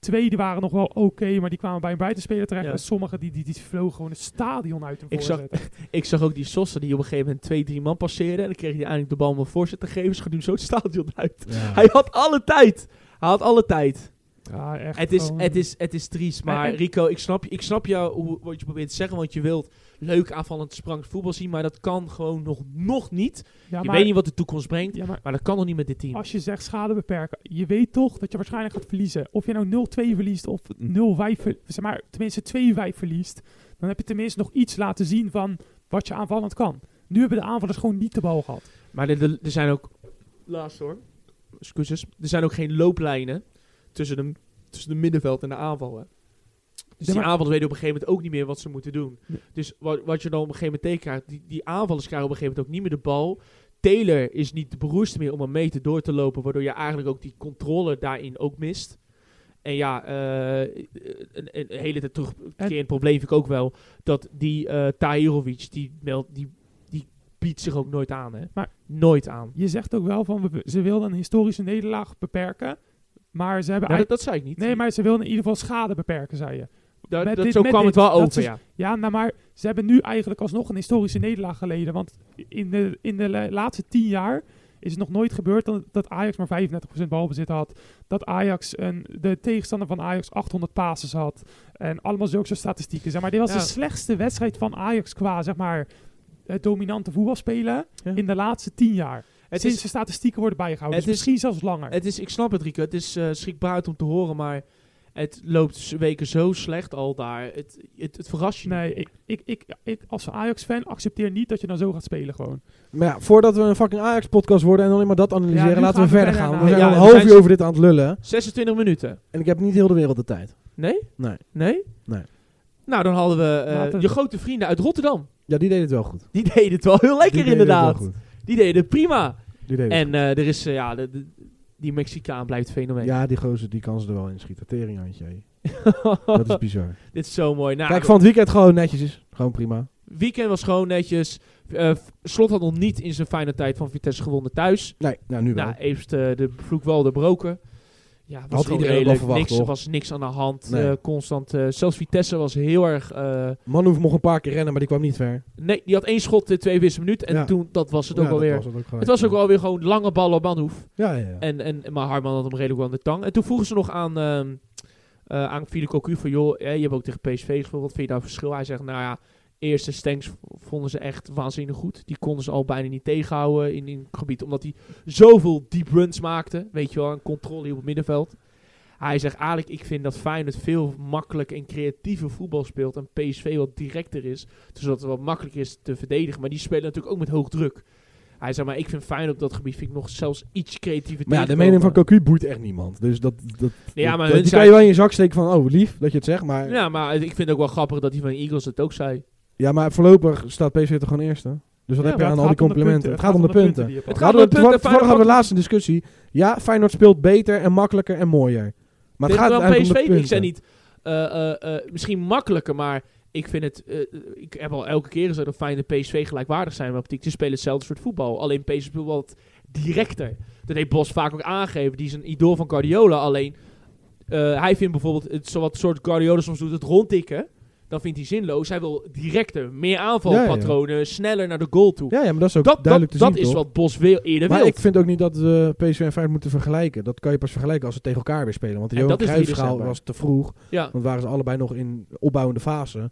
Twee die waren nog wel oké, okay, maar die kwamen bij een buitenspeler terecht. Ja. En sommigen die, die, die vlogen gewoon het stadion uit. Ik zag, ik zag ook die Sosa die op een gegeven moment twee, drie man passeerde. En dan kreeg hij eindelijk de bal om een voorzet te geven. Ze doen zo het stadion uit. Ja. Hij had alle tijd. Hij had alle tijd. Ja, echt Het is, gewoon- het, is, het is triest, maar En- en- Rico, ik snap, ik snap jou hoe, wat je probeert te zeggen, want je wilt leuk aanvallend sprank voetbal zien, maar dat kan gewoon nog, nog niet. ja, je maar, weet niet wat de toekomst brengt, ja, maar maar dat kan nog niet met dit team. als je zegt schade beperken, je weet toch dat je waarschijnlijk gaat verliezen. Of je nou nul twee verliest of nul vijf, ver- zeg maar tenminste twee vijf verliest, dan heb je tenminste nog iets laten zien van wat je aanvallend kan. Nu hebben de aanvallers gewoon niet de bal gehad. Maar er, er, er zijn ook, laatst hoor, excuses, er zijn ook geen looplijnen tussen de, tussen de middenveld en de aanval. Hè. Dus Ja, die maar- aanvallers weten op een gegeven moment ook niet meer wat ze moeten doen. Ja. Dus wat, wat je dan op een gegeven moment tegenkrijgt, die, die aanvallers krijgen op een gegeven moment ook niet meer de bal. Taylor is niet de beroerste meer om een meter door te lopen, waardoor je eigenlijk ook die controle daarin ook mist. En ja, uh, een, een hele tijd terugkerend probleem vind ik ook wel, dat die uh, Tahirovic, die, die, die biedt zich ook nooit aan. Hè? Maar nooit aan. je zegt ook wel van, we, ze wilden een historische nederlaag beperken, maar ze hebben... Nou, dat, eigenlijk- dat zei ik niet. nee, maar ze wilden in ieder geval schade beperken, zei je. dat, met dat, dit- zo met kwam dit, het wel dat over, is- ja. Ja, nou maar ze hebben nu eigenlijk alsnog een historische nederlaag geleden. Want in de, in de la- laatste tien jaar is het nog nooit gebeurd dat, dat Ajax maar vijfendertig procent balbezit had. Dat Ajax een, de tegenstander van Ajax achthonderd passes had. En allemaal zulke soort statistieken. Zeg maar, dit was Ja. de slechtste wedstrijd van Ajax qua zeg maar, het dominante voetbalspelen Ja. in de laatste tien jaar. Het Sinds is, de statistieken worden bijgehouden. het Dus is- misschien zelfs langer. het is, ik snap het, Rico. Het is uh, schrikbarend om te horen, maar het loopt z- weken zo slecht al daar. Het, het, het verrast je nee, niet. ik, ik, ik, ik als Ajax-fan accepteer niet dat je dan zo gaat spelen gewoon. Maar ja, voordat we een fucking Ajax-podcast worden en alleen maar dat analyseren, Ja, nu laten we gaan we verder verder gaan. naar- We zijn Ja, al een we half zijn uur over dit aan het lullen. zesentwintig minuten. En ik heb niet heel de wereld de tijd. Nee? Nee. Nee? Nee. Nou, dan hadden we uh, Laten we- je grote vrienden uit Rotterdam. Ja, die deden het wel goed. Die deden het wel heel lekker Die deden het wel inderdaad. goed. Die deden het prima. Die deden het En uh, er is, uh, ja, de, de, die Mexicaan blijft fenomeen. Ja, die gozer, die kan ze er wel in schieten. Teringhandje. hé. Dat is bizar. Dit is zo mooi. Nou, Kijk, van het weekend gewoon netjes is. Gewoon prima. weekend was gewoon netjes. Uh, Slot had nog niet in zijn fijne tijd van Vitesse gewonnen thuis. Nee, nou nu wel. Nou, heeft uh, de vloek wel doorbroken. Ja, was Had gewoon iedereen ook redelijk. wel verwacht, niks, er toch? was niks aan de hand. Nee. Uh, constant. Uh, zelfs Vitesse was heel erg... Uh, Manhoef mocht een paar keer rennen, maar die kwam niet ver. nee, die had één schot in twee wissel minuut. En Ja. toen, dat was het Ja, ook dat alweer. was het ook gelijk, Het was ook ja. wel weer gewoon lange ballen op Manhoef. Ja, ja, ja. En, en, maar Hartman had hem redelijk wel aan de tang. En toen vroegen ze nog aan, uh, uh, aan Philippe Cocu van... joh, eh, je hebt ook tegen P S V gespeeld. Wat vind je nou verschil? Hij zegt, nou ja... Eerste Stenks vonden ze echt waanzinnig goed. Die konden ze al bijna niet tegenhouden in, in het gebied. Omdat hij zoveel deep runs maakte. Weet je wel, een controle op het middenveld. Hij zegt eigenlijk, ik vind dat Feyenoord veel makkelijk en creatiever voetbal speelt. En P S V wat directer is. Zodat het wat makkelijker is te verdedigen. Maar die spelen natuurlijk ook met hoog druk. Hij zegt, maar ik vind Feyenoord op dat gebied vind ik nog zelfs iets creatiever. Maar ja, de tegenkomen. mening van Cocu boeit echt niemand. Dus dat, dat, Ja, maar dat- hun die zei- kan je wel in je zak steken van, oh lief dat je het zegt. Maar, ja. Ja, maar ik vind het ook wel grappig dat hij van Eagles het ook zei. maar voorlopig staat P S V toch gewoon eerste. Dus wat Ja, heb je maar aan het al die gaat om de complimenten? punten. Het gaat om de punten. die je Het pakt. gaat Hadden om we- de punten. toevallig hadden we Feyenoord laatst een discussie. Ja, Feyenoord speelt beter en makkelijker en mooier. Maar het gaat dan eigenlijk P S om V, de ik zei punten. niet, uh, uh, uh, misschien makkelijker, maar ik vind het, uh, ik heb al elke keer gezegd dat Feyenoord en P S V gelijkwaardig zijn. Maar die spelen hetzelfde soort voetbal. Alleen P S V speelt wat directer. Dat heeft Bos vaak ook aangegeven. Die is een idool van Guardiola. Alleen, uh, hij vindt bijvoorbeeld, het zo wat soort Guardiola soms doet, het rondtikken. Dan vindt hij zinloos. Hij wil directer, meer aanvalpatronen, sneller naar de goal toe. Ja, ja, maar dat is ook dat dat, duidelijk te dat zien, is toch? wat Bos wil, eerder Maar wil. ik vind ook niet dat uh, P S V en Feyenoord moeten vergelijken. Dat kan je pas vergelijken als ze tegen elkaar weer spelen. Want de En Johan dat is drie Cruijffschaal december. was te vroeg. Ja. Want waren ze allebei nog in opbouwende fase.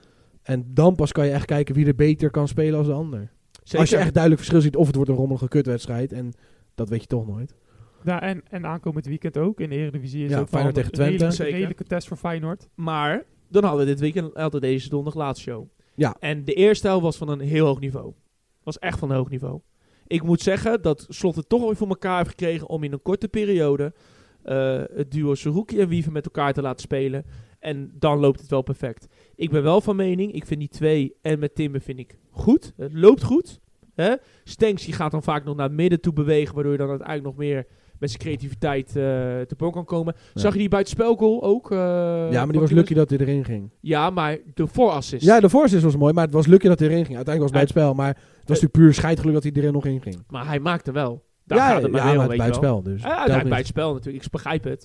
En dan pas kan je echt kijken wie er beter kan spelen als de ander. Zeker. Als je echt duidelijk verschil ziet of het wordt een rommelige kutwedstrijd. En dat weet je toch nooit. Ja, en, en aankomend weekend ook. In de Eredivisie is Ja, ook wel Feyenoord een tegen Twente. redelijke, Zeker. redelijke test voor Feyenoord. Maar dan hadden we dit weekend altijd deze donderdag laatste show. Ja. En de eerste helft was van een heel hoog niveau. Was echt van een hoog niveau. Ik moet zeggen dat Slot het toch alweer voor elkaar heeft gekregen om in een korte periode uh, het duo Seruki en Wiever met elkaar te laten spelen. En dan loopt het wel perfect. Ik ben wel van mening, ik vind die twee en met Timber vind ik goed. Het loopt goed. Hè? Stenks die gaat dan vaak nog naar het midden toe bewegen, waardoor je dan uiteindelijk nog meer met zijn creativiteit uh, te boven kan komen. Ja. Zag je die buitenspelgoal ook? Uh, ja, maar die was lucky dat hij erin ging. Ja, maar de voorassist. Ja, de voorassist was mooi, maar het was lucky dat hij erin ging. Uiteindelijk was het bij het spel, maar het was natuurlijk puur scheidgeluk dat hij erin nog in ging. Maar hij maakte wel. Daar Ja, gaat het maar ja, weer maar om, het weet je bij het wel. spel dus. Ja, Telt hij niet. bij het spel natuurlijk. Ik begrijp het.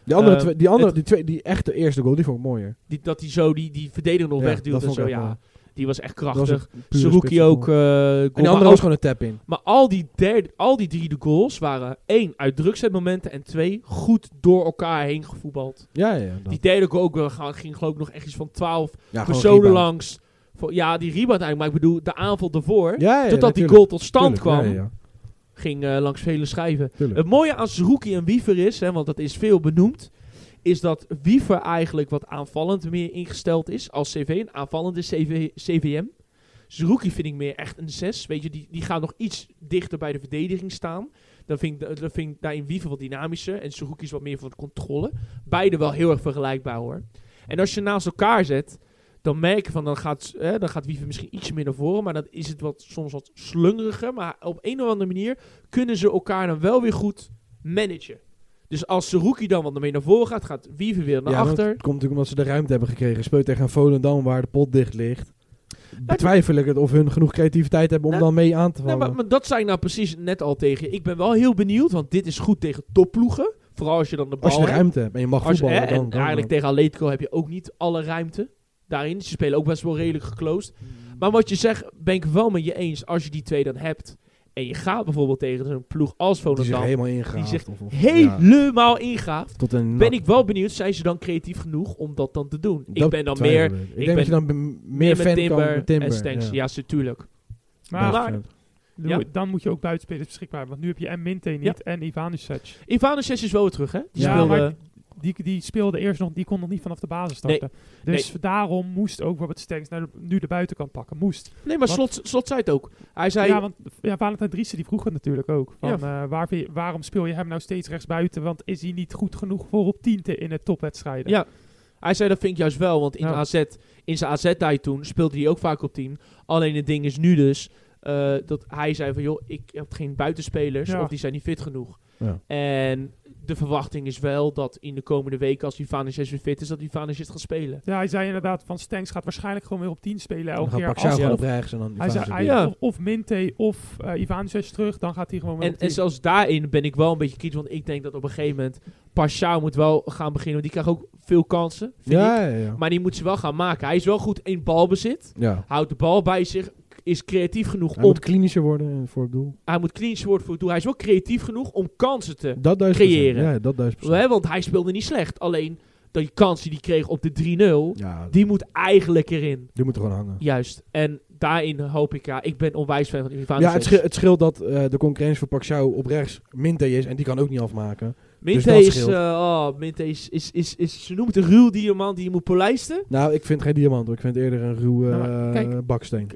Die andere, Ehm, twee, die, andere het- die, twee, die echte eerste goal, die vond ik mooier. Die, dat hij zo die, die verdediger nog Ja, wegduwt dat en vond ik zo. echt Ja, mooi. die was echt Dat was krachtig. een pure Zerouki spitse ook. goal. eh, goal, En die maar andere ook- was gewoon een tap-in. Maar al die, derde, al die drie de goals waren één uit drukzetmomenten en twee goed door elkaar heen gevoetbald. Ja, ja. Dat. Die derde goal ook wel gaan- ging geloof ik nog echt iets van twaalf ja, gewoon personen rebound. langs. Voor, ja, die rebound eigenlijk, maar ik bedoel de aanval ervoor. Ja, ja, totdat die natuurlijk. goal tot stand Tuurlijk, kwam, Ja, ja, ging eh, langs vele schijven. tuurlijk. Het mooie aan Zerouki en Wiever is, hè, want dat is veel benoemd, is dat Wiever eigenlijk wat aanvallend meer ingesteld is als C V, een aanvallende C V, C V M. Zerouki vind ik meer echt een zes. Weet je, die, die gaat nog iets dichter bij de verdediging staan. Dan vind ik, dan vind ik daarin Wiever wat dynamischer en Zerouki is wat meer voor de controle. Beide wel heel erg vergelijkbaar hoor. En als je naast elkaar zet, dan merk je van, dan gaat, hè, dan gaat Wiever misschien iets meer naar voren, maar dan is het wat, soms wat slungeriger. Maar op een of andere manier kunnen ze elkaar dan wel weer goed managen. Dus als Zerouki dan wat meer naar voren gaat, gaat Wiever weer naar Ja, want achter. het komt natuurlijk omdat ze de ruimte hebben gekregen. Speelt tegen een Volendam waar de pot dicht ligt. Betwijfel ik het of hun genoeg creativiteit hebben om Nou, dan mee aan te Nee, vallen. maar, maar dat zei ik nou precies net al tegen je. Ik ben wel heel benieuwd, want dit is goed tegen topploegen. Vooral als je dan de bal Als je de hebt. ruimte hebt en je mag Als je- voetballen, hè, dan... en dan eigenlijk tegen Atletico heb je ook niet alle ruimte daarin. Ze spelen ook best wel redelijk geclosed. Maar wat je zegt, ben ik wel met je eens. Als je die twee dan hebt en je gaat bijvoorbeeld tegen zo'n ploeg als die zich Volendam, helemaal ingaat. die zich of, of, helemaal ingaat, ja, tot een ben ik wel benieuwd, zijn ze dan creatief genoeg om dat dan te doen? ik Dat ben dan twijfel meer, ik. Ik ik denk dat je ben dan be- meer meer fan met kan Timber, met Timber. en Stenks. Ja, ja tuurlijk. Maar Maar- dan Ja. moet- dan moet je ook buitenspelers beschikbaar hebben. Want nu heb je en Minte niet Ja. en Ivanišek. Ivanišek is wel weer terug, hè? Die Ja, speelde, maar die, die speelde eerst nog, die kon nog niet vanaf de basis starten. Dus daarom moest ook Robert Stenks naar de, nu de buitenkant pakken. Moest. nee, maar Wat- Slot, Slot zei het ook. Hij zei, Ja, want ja, Valentijn Driessen die vroeg het natuurlijk ook. Van, Ja. eh, waar, vind je- waarom speel je hem nou steeds rechtsbuiten? Want is hij niet goed genoeg voor op tien te in de topwedstrijden? ja, hij zei dat vind ik juist wel, want in, Ja. A Z, in zijn A Z-tijd toen speelde hij ook vaak op tien. Alleen het ding is nu dus eh, dat hij zei van, joh, ik heb geen buitenspelers Ja. of die zijn niet fit genoeg. Ja. En de verwachting is wel dat in de komende weken, als Ivanišek weer fit is, dat Ivanišek gaat spelen. Ja, hij zei inderdaad van Stenks gaat waarschijnlijk gewoon weer op tien spelen Dan elke gaat keer. Paxao Als- gewoon of, op rechts en dan die hij zei, fase hij- weer. Ja. of, of Minte of uh, Ivanišek terug, dan gaat hij gewoon weer En, op en tien. zelfs daarin ben ik wel een beetje kritisch, want ik denk dat op een gegeven moment Paschal moet wel gaan beginnen, want die krijgt ook veel kansen, vind ik. Ja, ja, ja. Maar die moet ze wel gaan maken. Hij is wel goed in balbezit, ja. houdt de bal bij zich, is creatief genoeg Hij om... moet klinischer worden voor het doel. Hij moet clean worden voor het doel. Hij is wel creatief genoeg om kansen te... Dat duizend Creëren. procent. Ja, dat duizend procent. Hè, want hij speelde niet slecht. Alleen die kans die hij kreeg op de drie nul, Ja, die moet eigenlijk erin. die moet er gewoon hangen. Juist. En daarin hoop ik, ja, ik ben onwijs fan van Ivanišek. Ja, het, scheelt, het scheelt dat eh, de concurrentie voor Paxao op rechts Minte is en die kan ook niet afmaken. Minte dus dat is, scheelt. eh, oh, Minte is, is, is, is, ze noemen het een ruw diamant die je moet polijsten. Nou, ik vind geen diamant hoor. Ik vind eerder een ruwe Ja, maar eh, kijk. baksteen.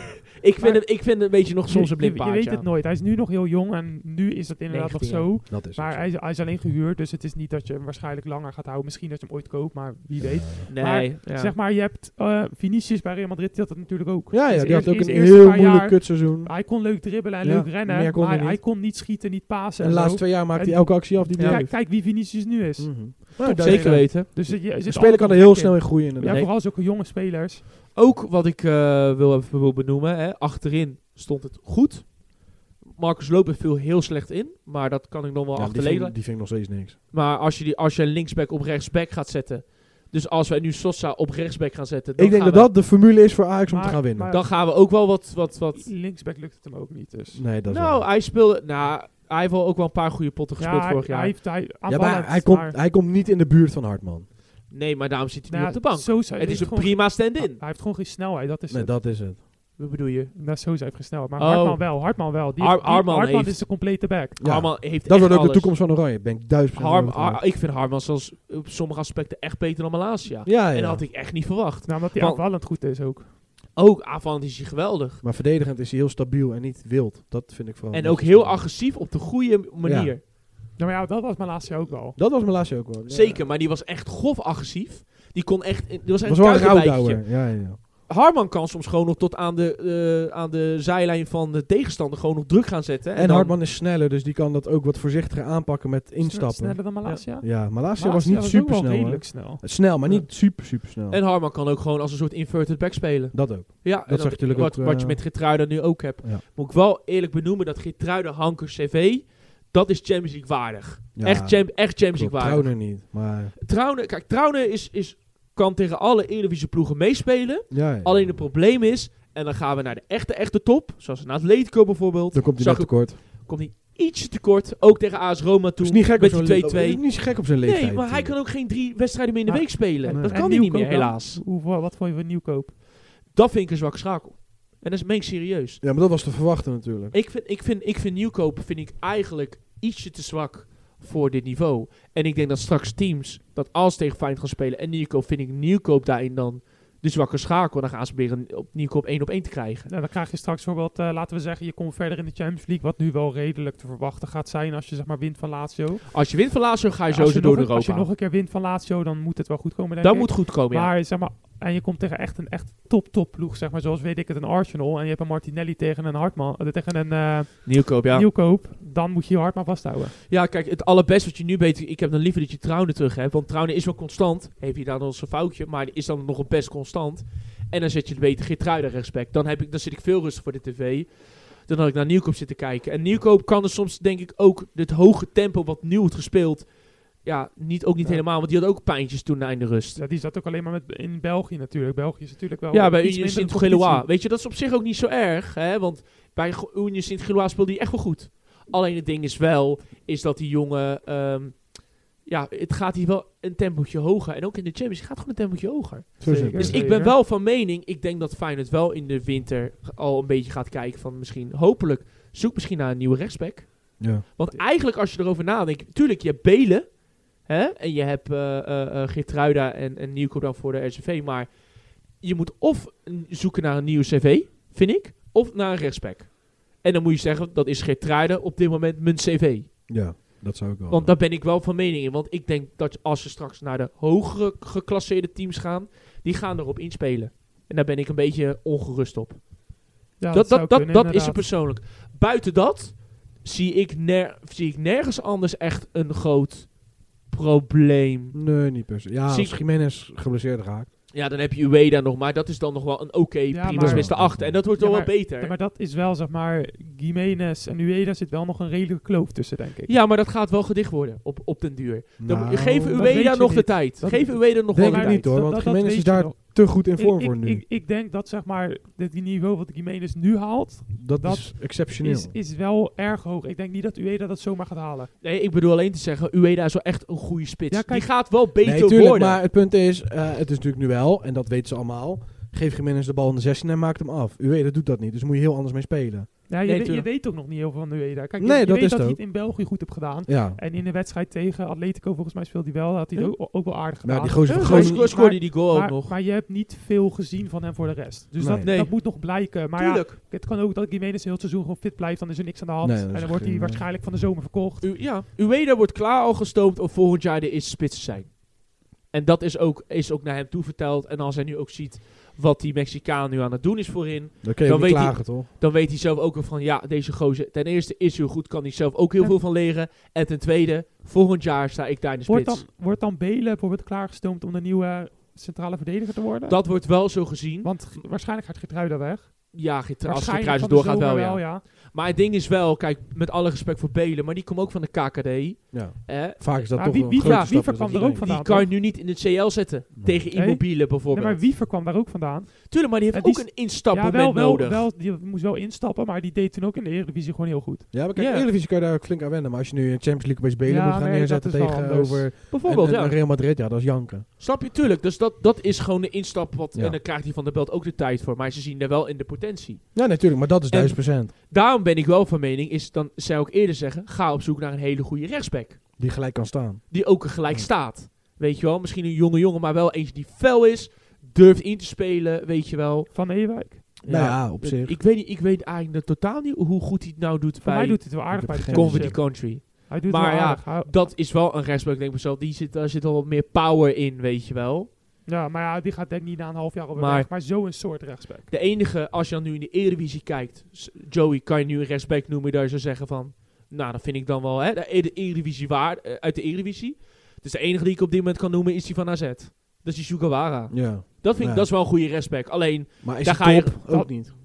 Ik vind, Maar- het, ik vind het een beetje nog soms je, een blind je, je paardje. weet het nooit. Hij is nu nog heel jong en nu is het inderdaad nog negentien zo. Dat is Maar het. hij, is- hij is alleen gehuurd, dus het is niet dat je hem waarschijnlijk langer gaat houden. Misschien dat je hem ooit koopt, maar wie weet. Nee, Maar, ja. Zeg maar, je hebt uh, Vinicius bij Real Madrid, die had het natuurlijk ook. Ja, ja, Zijn die had eerste- ook een zijn eerste heel paar moeilijk jaar- kutseizoen. Hij kon leuk dribbelen en Ja, leuk meer rennen, kon maar hij hij, niet. kon niet schieten, niet pasen En de en, laatste zo. twee jaar maakt En- hij elke actie af die hij Kijk, heeft. kijk wie Vinicius nu is. Mhm. Top, Nou, dat zeker is- weten. Dus je, je zit De speler kan er heel snel in groeien Ja, inderdaad. Nee. vooral zulke jonge spelers. Ook wat ik eh, wil, even wil benoemen, hè, achterin stond het goed. Marcus Lopez viel heel slecht in, maar dat kan ik nog wel Ja, die, achterleden. vind, die vind ik nog steeds niks. Maar als je, die, als je linksback op rechtsback gaat zetten, dus als wij nu Sosa op rechtsback gaan zetten, dan, Ik denk gaan dat we, dat de formule is voor Ajax om Maar- te gaan winnen. maar- dan gaan we ook wel wat... wat, wat Linksback lukt het hem ook niet, dus. nee, dat is nou, wel- hij speelde... Nou, hij heeft wel ook wel een paar goede potten gespeeld hij, vorig jaar. hij heeft hij, ja, maar aanvallend, hij, komt, maar- hij komt niet in de buurt van Hartman. Nee, maar daarom zit hij nou nu ja, op de bank. Sosa Het heeft is een gewoon- prima stand-in. Hij heeft gewoon geen snelheid, dat is Nee, het. dat is het. Wat bedoel je? Nou, Sosa heeft geen snelheid, maar Oh. Hartman wel, Hartman wel. Die, Har- die- Hartman Hartman heeft- is de complete back. Ja. Harman heeft Dat echt wordt ook de alles. toekomst van Oranje. Ben ik duizend procent Harm, overtuigd. Har- ik vind Harman zelfs op sommige aspecten echt beter dan Malasia. Ja, ja. En dat had ik echt niet verwacht. Nou, omdat hij Want- aanvallend goed is ook. Ook aanvallend is hij geweldig. Maar verdedigend is hij heel stabiel en niet wild. Dat vind ik vooral. En een ook beetje heel snel. agressief op de goede manier. Nou, maar ja, dat was Malasia ook wel. Dat was mijn laatste ook wel. Ja. Zeker, maar die was echt grof agressief. Die kon echt... Die was Dat echt was wel een kuitenwijkje. rouwdouwer. Ja, ja, ja. Harman kan soms gewoon nog tot aan de, eh, aan de zijlijn van de tegenstander gewoon nog druk gaan zetten. En dan- Hartman is sneller, dus die kan dat ook wat voorzichtiger aanpakken met instappen. Sneller dan Malasia? Ja, Malasia Malasia was niet ook super wel snel. redelijk snel. Snel, maar Ja. niet super, super snel. En Harman kan ook gewoon als een soort inverted back spelen. dat ook. Ja, en zag je natuurlijk wat, ook, wat eh, je met Geertruida nu ook hebt. Ja. Moet ik wel eerlijk benoemen dat Geertruida, Hankers, C V... dat is Champions League waardig. Ja, echt, champ, echt Champions League klopt, waardig. Trauner niet, maar... Trauner, kijk, Trauner is, is, kan tegen alle Eredivisie ploegen meespelen. Ja, ja. Alleen het probleem is, en dan gaan we naar de echte, echte top. Zoals een Atletico bijvoorbeeld. Dan komt hij Zag net tekort. Komt hij ietsje tekort. Ook tegen A S Roma toen. Is niet gek op met zo'n die le- twee twee. is niet gek op zijn leeftijd. Nee, maar hij kan ook geen drie wedstrijden meer in de Maar- week spelen. Nee. Dat En kan hij niet meer, Nieuwkoop dan? helaas. Hoe, wat vond je van Nieuwkoop? Dat vind ik een zwakke schakel. En dat is meen ik serieus. Ja, maar dat was te verwachten natuurlijk. Ik vind, ik vind, ik vind Nieuwkoop vind ik eigenlijk ietsje te zwak voor dit niveau. En ik denk dat straks teams, dat als tegen Feyenoord gaan spelen en Nieuwkoop, vind ik Nieuwkoop daarin dan de zwakke schakel. Dan gaan ze proberen op Nieuwkoop één op één te krijgen. Nou, dan krijg je straks bijvoorbeeld, uh, laten we zeggen, je komt verder in de Champions League, wat nu wel redelijk te verwachten gaat zijn als je zeg maar wint van Lazio. Als je wint van Lazio, ga je Ja, sowieso als je door nog een- Europa. Als je nog een keer wint van Lazio, dan moet het wel goed komen, denk Dat ik. moet goed komen, ja. Maar zeg maar, en je komt tegen echt een echt top top ploeg, zeg maar, zoals weet ik het, een Arsenal, en je hebt een Martinelli tegen een Hartman, uh, tegen een uh, Nieuwkoop, ja. Nieuwkoop, dan moet je je hart maar vasthouden. Ja, kijk, het allerbeste wat je nu weet, ik heb dan liever dat je Trauner terug hebt, want Trauner is wel constant. Heeft hij daar nog eens een foutje, maar is dan nog een best constant. En dan zet je het beter Geertruida rechtsback. Dan, heb ik, dan zit ik veel rustiger voor de tv. Dan had ik naar Nieuwkoop zitten kijken. En Nieuwkoop kan er soms, denk ik, ook het hoge tempo wat nu wordt gespeeld. Ja, niet, ook niet Ja. helemaal, want die had ook pijntjes toen na in de rust. Ja, die zat ook alleen maar met, in België natuurlijk. België is natuurlijk wel Ja, bij iets Union minder Sint-Gillois. competitie. Weet je, dat is op zich ook niet zo erg. Hè? Want bij Go- Union Sint-Gillois speelde hij echt wel goed. Alleen het ding is wel, is dat die jongen... ehm, ja, het gaat hier wel een tempootje hoger. En ook in de Champions League gaat het gewoon een tempootje hoger. Zo Zeker. simpel. Dus is ik het. ben wel van mening, ik denk dat Feyenoord wel in de winter al een beetje gaat kijken van misschien, hopelijk, zoek misschien naar een nieuwe rechtsback. Ja. Want eigenlijk als je erover nadenkt, tuurlijk, je hebt Belen, hè, en je hebt uh, uh, uh, Geertruida en, en Nieuwkoop dan voor de R C V, maar je moet of een- zoeken naar een nieuwe C V, vind ik, of naar een rechtsback. En dan moet je zeggen, dat is Geertruida op dit moment mijn C V. Ja, dat zou ik wel. Want daar ben ik wel van mening in. Want ik denk dat als ze straks naar de hogere geclasseerde teams gaan, die gaan erop inspelen. En daar ben ik een beetje ongerust op. Ja, dat zou dat, dat, kunnen, dat is inderdaad. het persoonlijk. Buiten dat zie ik, ner- zie ik nergens anders echt een groot probleem. Nee, niet per se. Ja, Zie- als Jiménez geblesseerd raakt. Ja, dan heb je Ueda nog, maar dat is dan nog wel een oké, Ja, prima maar- beste achter. En dat wordt Ja, wel maar- wel beter. Ja, maar dat is wel, zeg maar, Gimenez en Ueda zit wel nog een redelijke kloof tussen, denk ik. Ja, maar dat gaat wel gedicht worden op, op den duur. Dan Nou, moet je geef dat weet Ueda je nog de niet. tijd. Dat- Geef Ueda nog wel denk de ik tijd. niet hoor, want Dat- dat Jiménez weet is je daar nog. te goed in vorm ik, voor ik, nu. Ik, ik denk dat, zeg maar, dat die niveau wat Gimenez nu haalt, dat, dat is exceptioneel. is, is wel erg hoog. Ik denk niet dat Ueda dat zomaar gaat halen. Nee, ik bedoel alleen te zeggen, Ueda is wel echt een goede spits. Ja, kijk- die gaat wel beter nee, tuurlijk, worden. maar het punt is, eh, het is natuurlijk nu wel, en dat weten ze allemaal. Geef Jiménez de bal in de zestien en maakt hem af. Ueda doet dat niet, dus moet je heel anders mee spelen. Ja, je, Nee, weet, je tuurlijk. weet ook nog niet heel veel van Ueda. Kijk, je, Nee, je dat weet is dat het hij ook. het in België goed heeft gedaan. Ja, En in de wedstrijd tegen Atletico, volgens mij speelde hij wel, had hij het Ja. ook, ook wel aardig maar gedaan. die gozer Ja, van hij Groningen... sco- scoorde die goal maar, ook nog. maar je hebt niet veel gezien van hem voor de rest. Dus Nee. dat, Nee. dat moet nog blijken. Maar ja, Tuurlijk. het kan ook dat Gimenez heel het seizoen gewoon fit blijft. Dan is er niks aan de hand. Nee, dat is en dan wordt hij geen- waarschijnlijk van de zomer verkocht. U, ja, Ueda wordt klaar al gestoomd om volgend jaar de eerste spits te zijn. En dat is ook, is ook naar hem toe verteld. En als hij nu ook ziet wat die Mexicaan nu aan het doen is voorin, Dan kun je Dan ook niet weet hij- klagen, toch? dan weet hij zelf ook wel van, ja, deze gozer, ten eerste is heel goed, kan hij zelf ook heel Ja. veel van leren. En ten tweede, volgend jaar sta ik daar in de Wordt spits. dan, wordt dan Belen bijvoorbeeld klaargestoomd om de nieuwe centrale verdediger te worden? Dat wordt wel zo gezien. Want g- waarschijnlijk gaat Geertruida weg. Ja, Geertru- als Waarschijnlijk Geertruida van de doorgaat wel, zomer ja. ja. Maar het ding is wel, kijk, met alle respect voor Belen, maar die komt ook van de K K D. Ja. Eh, Vaak is dat Maar toch wie- wel wie- een grote ja, stap, Wiever dus kwam dat er ook iedereen- vandaan. die kan je nu niet in het C L zetten. Nee. Tegen Nee. Immobile Nee, bijvoorbeeld. maar Wiever kwam daar ook vandaan. Tuurlijk, maar die heeft En ook die een instapmoment ja, wel, wel, nodig. wel, die moest wel instappen, maar die deed toen ook in de Eredivisie gewoon heel goed. Ja, maar kijk, Ja. Eredivisie kan je daar ook flink aan wennen. Maar als je nu in Champions League opeens Belen Ja, moet gaan nee, neerzetten dat is wel tegenover bijvoorbeeld, en, en ja. Real Madrid, ja, dat is janken. Snap je? Tuurlijk. Dus dat, dat is gewoon de instap. Wat, Ja. En dan krijgt hij van de Belt ook de tijd voor. Maar ze zien er wel in de potentie. Ja, natuurlijk, maar dat is En- duizend procent. Daarom ben ik wel van mening, is dan zou ik eerder zeggen, ga op zoek naar een hele goede rechtsback. Die gelijk kan staan. Die ook er gelijk staat. Weet je wel? Misschien een jonge jongen, maar wel eentje die fel is. Durft in te spelen, weet je wel. Van Ewijk. Nou ja, op eh, zich. Ik weet, niet, ik weet eigenlijk totaal niet hoe goed hij het nou doet Voor bij mij doet hij het wel aardig Ik bij heb de geen Comedy Championship. Country. Hij doet Maar het wel ja, aardig. Hij- Dat is wel een rechtsback, denk ik mezelf. Die zit, daar zit al wat meer power in, weet je wel. Ja, maar ja, die gaat denk ik niet na een half jaar alweer Maar- weg. Maar zo'n soort rechtsback. De enige, als je dan nu in de Eredivisie kijkt, s- Joey, kan je nu een rechtsback noemen, daar zou zeggen van, nou, dat vind ik dan wel, hè, de, E- de Eredivisie waar, eh, uit de Eredivisie. Dus de enige die ik op dit moment kan noemen is die van A Z. Dat is die Sugawara. Ja. Dat vind ik, Ja. dat is wel een goede rechtsback. Alleen, Maar is Daar het ga je- top? dat- Ook niet.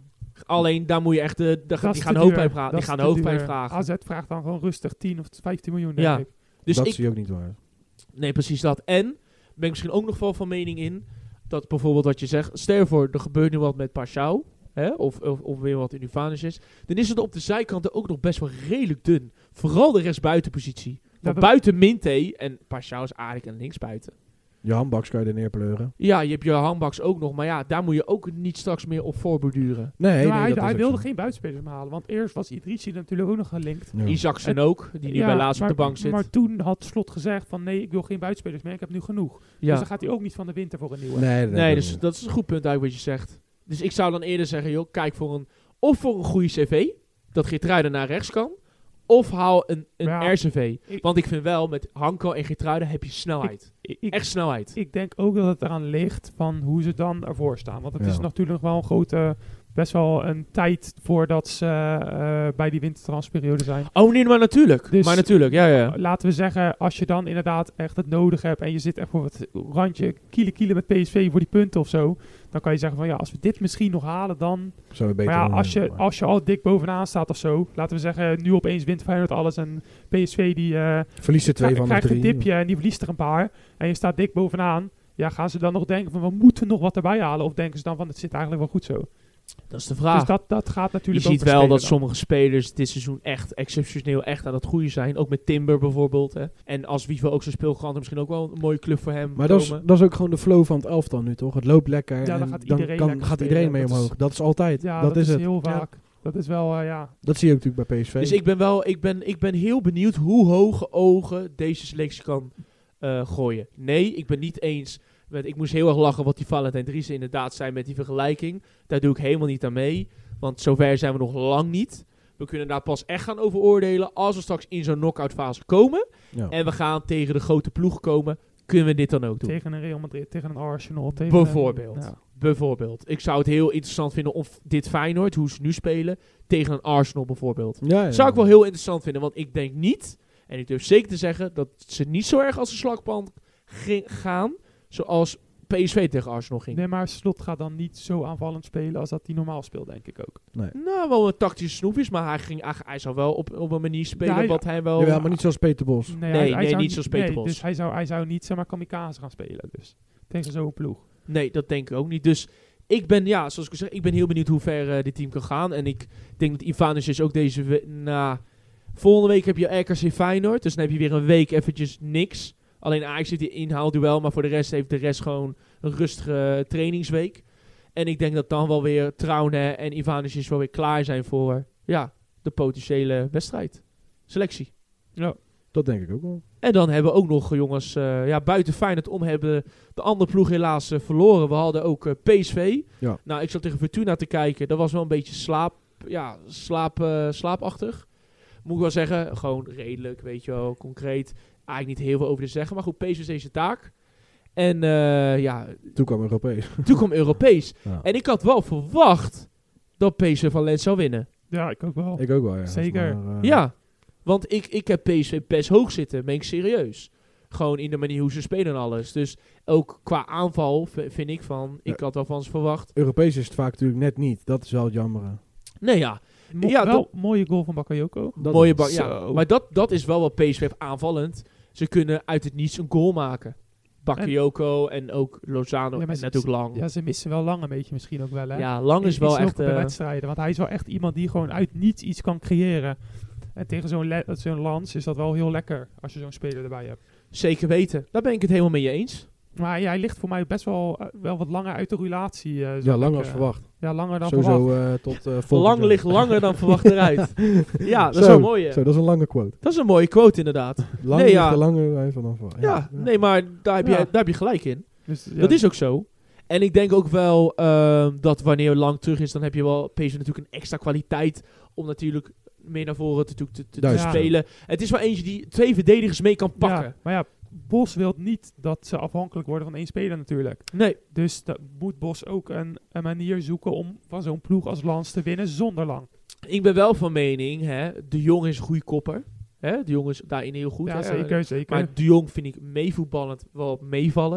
Alleen daar moet je echt, de, de, Dat die is gaan te hoofdpijn duur. vragen. Dat Die is gaan te hoofdpijn duur. vragen. A Z vraagt dan gewoon rustig tien of vijftien miljoen, denk Ja. ik. Dus dat ik, zie je ook niet waar. nee, precies dat. En ben ik misschien ook nog wel van mening in dat bijvoorbeeld wat je zegt, stel je voor, er gebeurt nu wat met Paschal, hè, of, of, of weer wat in Ivanovic, dan is het op de zijkanten ook nog best wel redelijk dun. Vooral de rechtsbuitenpositie. Ja, Want we- buiten Minte en Paschal is eigenlijk een linksbuiten. Je handbaks kan je er neerpleuren. Ja, je hebt je handbaks ook nog, maar ja, daar moet je ook niet straks meer op voorborduren. Nee, maar nee, hij, dat is hij ook wilde zo. geen buitenspelers meer halen. Want eerst was Idrissi natuurlijk ook nog gelinkt. Ja. Isaacsen En- ook, die nu Ja, bij laatst maar, op de bank zit. Maar toen had Slot gezegd van nee, ik wil geen buitenspelers meer. Ik heb nu genoeg. Dus ja. dan gaat hij ook niet van de winter voor een nieuwe. Nee, dat Nee, denk ik dus niet. dat is een goed punt eigenlijk wat je zegt. Dus ik zou dan eerder zeggen, joh, kijk voor een, of voor een goede cv, dat Geertruiden naar rechts kan, of haal een, een Ja, R C V. ik- Want ik vind wel, met Hanko en Geertruiden heb je snelheid. Ik, ik, Echt snelheid. ik denk ook dat het eraan ligt van hoe ze dan ervoor staan. Want het Ja. is natuurlijk nog wel een grote, best wel een tijd voordat ze eh, bij die wintertransferperiode zijn. Oh nee, maar natuurlijk. Dus- maar natuurlijk, ja, ja. Laten we zeggen, als je dan inderdaad echt het nodig hebt en je zit echt voor het randje kiele kiele met P S V voor die punten of zo, dan kan je zeggen van ja, als we dit misschien nog halen dan... Zou we beter Maar ja, doen, als je, maar- als je al dik bovenaan staat of zo, laten we zeggen, nu opeens wint Feyenoord alles en P S V die eh, Verlies er twee kri- van de krijgt drie. een dipje en die verliest er een paar en je staat dik bovenaan. Ja, gaan ze dan nog denken van we moeten nog wat erbij halen of denken ze dan van het zit eigenlijk wel goed zo? Dat is de vraag. Dus dat, dat gaat je natuurlijk ook ziet per wel speler dat dan. sommige spelers dit seizoen echt exceptioneel echt aan het groeien zijn. Ook met Timber bijvoorbeeld. Hè. En als Wivo ook zo'n speelgrant, misschien ook wel een mooie club voor hem Maar dat is, komen. dat is ook gewoon de flow van het elftal nu, toch? Het loopt lekker. Ja, dan en gaat iedereen kan, lekker gaat spelen. iedereen mee Dat is- omhoog. Dat is altijd. Ja, dat, is het. heel Ja. vaak. Dat is wel, eh, ja... Dat zie je ook natuurlijk bij P S V. Dus ik ben wel, ik ben, ik ben heel benieuwd hoe hoge ogen deze selectie kan eh, gooien. Nee, ik ben niet eens met, ik moest heel erg lachen wat die Valentijn Driessen inderdaad zei met die vergelijking. Daar doe ik helemaal niet aan mee, want zover zijn we nog lang niet. We kunnen daar pas echt gaan over oordelen als we straks in zo'n knock-out fase komen. ja. En we gaan tegen de grote ploeg komen, kunnen we dit dan ook doen. Tegen een Real Madrid, tegen een Arsenal. Tegen Bijvoorbeeld. Een, ja. Bijvoorbeeld. Ik zou het heel interessant vinden of dit Feyenoord, hoe ze nu spelen, tegen een Arsenal bijvoorbeeld. Ja, ja. Zou ik wel heel interessant vinden, want ik denk niet, en ik durf zeker te zeggen, dat ze niet zo erg als een slagpan ging, gaan, zoals P S V tegen Arsenal ging. Nee, maar Slot gaat dan niet zo aanvallend spelen als dat hij normaal speelt, denk ik ook. Nou, wel een tactische snoepjes, maar hij, ging, hij, hij zou wel op, op een manier spelen Ja, hij- wat hij wel... Jawel, maar niet zoals Peter Bos. Nee, Nee, hij, hij nee, zou niet zoals Peter nee, Bos. Dus hij zou, hij zou niet, zeg maar, kamikaze gaan spelen. Dus tegen zo'n ploeg. Nee, dat denk ik ook niet. Dus ik ben, ja, zoals ik al zeg, ik ben heel benieuwd hoe ver eh, dit team kan gaan. En ik denk dat Ivanovic ook deze week... Nou, volgende week heb je R K C Feyenoord. Dus dan heb je weer een week eventjes niks. Alleen Ajax heeft die inhaalduel, maar voor de rest heeft de rest gewoon een rustige trainingsweek. En ik denk dat dan wel weer Trauner en Ivanovic wel weer klaar zijn voor ja, de potentiële wedstrijd. Selectie. Ja. Dat denk ik ook wel. En dan hebben we ook nog, jongens, eh, ja, buiten Feyenoord om hebben de andere ploeg helaas eh, verloren. We hadden ook eh, P S V. Ja. Nou, ik zat tegen Fortuna te kijken. Dat was wel een beetje slaap, ja, slaap, eh, slaapachtig. Moet ik wel zeggen, gewoon redelijk, weet je wel, concreet. Eigenlijk niet heel veel over te zeggen. Maar goed, P S V is deze taak. En eh, ja, Toen kwam Europees. toen kwam Europees. Ja. En ik had wel verwacht dat P S V van Lens zou winnen. Ja, ik ook wel. Ik ook wel, ja. Zeker. Maar, eh, Ja, want ik, ik heb P S V best hoog zitten, ben ik serieus. Gewoon in de manier hoe ze spelen en alles. Dus ook qua aanval v- vind ik van, ik Ja. had wel van ze verwacht. Europees is het vaak natuurlijk net niet. Dat is wel het jammere. Nee ja, Mo- ja, wel mooie goal van Bakayoko. Dat mooie is- bak. Ja. Zo. Maar dat, dat is wel wat P S V heeft aanvallend. Ze kunnen uit het niets een goal maken. Bakayoko en, ook Lozano Ja, maar en ze- natuurlijk Lang. Ja, Ja, ze missen wel lang een beetje misschien ook wel, hè? Lang is In- wel in echt... zulke eh, wedstrijden. Want hij is wel echt iemand die gewoon uit niets iets kan creëren. En tegen zo'n le- zo'n Lans is dat wel heel lekker als je zo'n speler erbij hebt. zeker weten. Daar ben ik het helemaal mee eens. Maar ja, hij ligt voor mij best wel, eh, wel wat langer uit de relatie. eh, zag Ja, ik, langer als eh. verwacht. Ja, langer dan verwacht. Sowieso eh, tot eh volgend Lang jaar. ligt langer dan verwacht eruit. Ja, dat is Zo, wel mooi. Zo, dat is een lange quote. Dat is een mooie quote inderdaad. Lang Nee, ligt ja. er langer uit dan verwacht. Ja, nee, maar daar heb, je, Ja. daar heb je gelijk in. Dus, ja. Dat is ook zo. En ik denk ook wel ehm, dat wanneer Lang terug is, dan heb je wel P S V natuurlijk een extra kwaliteit om natuurlijk meer naar voren te, te, te, te Duizend. spelen. Het is wel eentje die twee verdedigers mee kan pakken. Ja, maar ja, Bos wil niet dat ze afhankelijk worden van één speler natuurlijk. Nee, Dus da- moet Bos ook een, een manier zoeken om van zo'n ploeg als Lans te winnen zonder Lang. ik ben wel van mening, hè, de Jong is een goede kopper. Hè, de Jong is daarin heel goed. Ja, hè. zeker, zeker. Maar de Jong vind ik meevoetballend wel meevallen.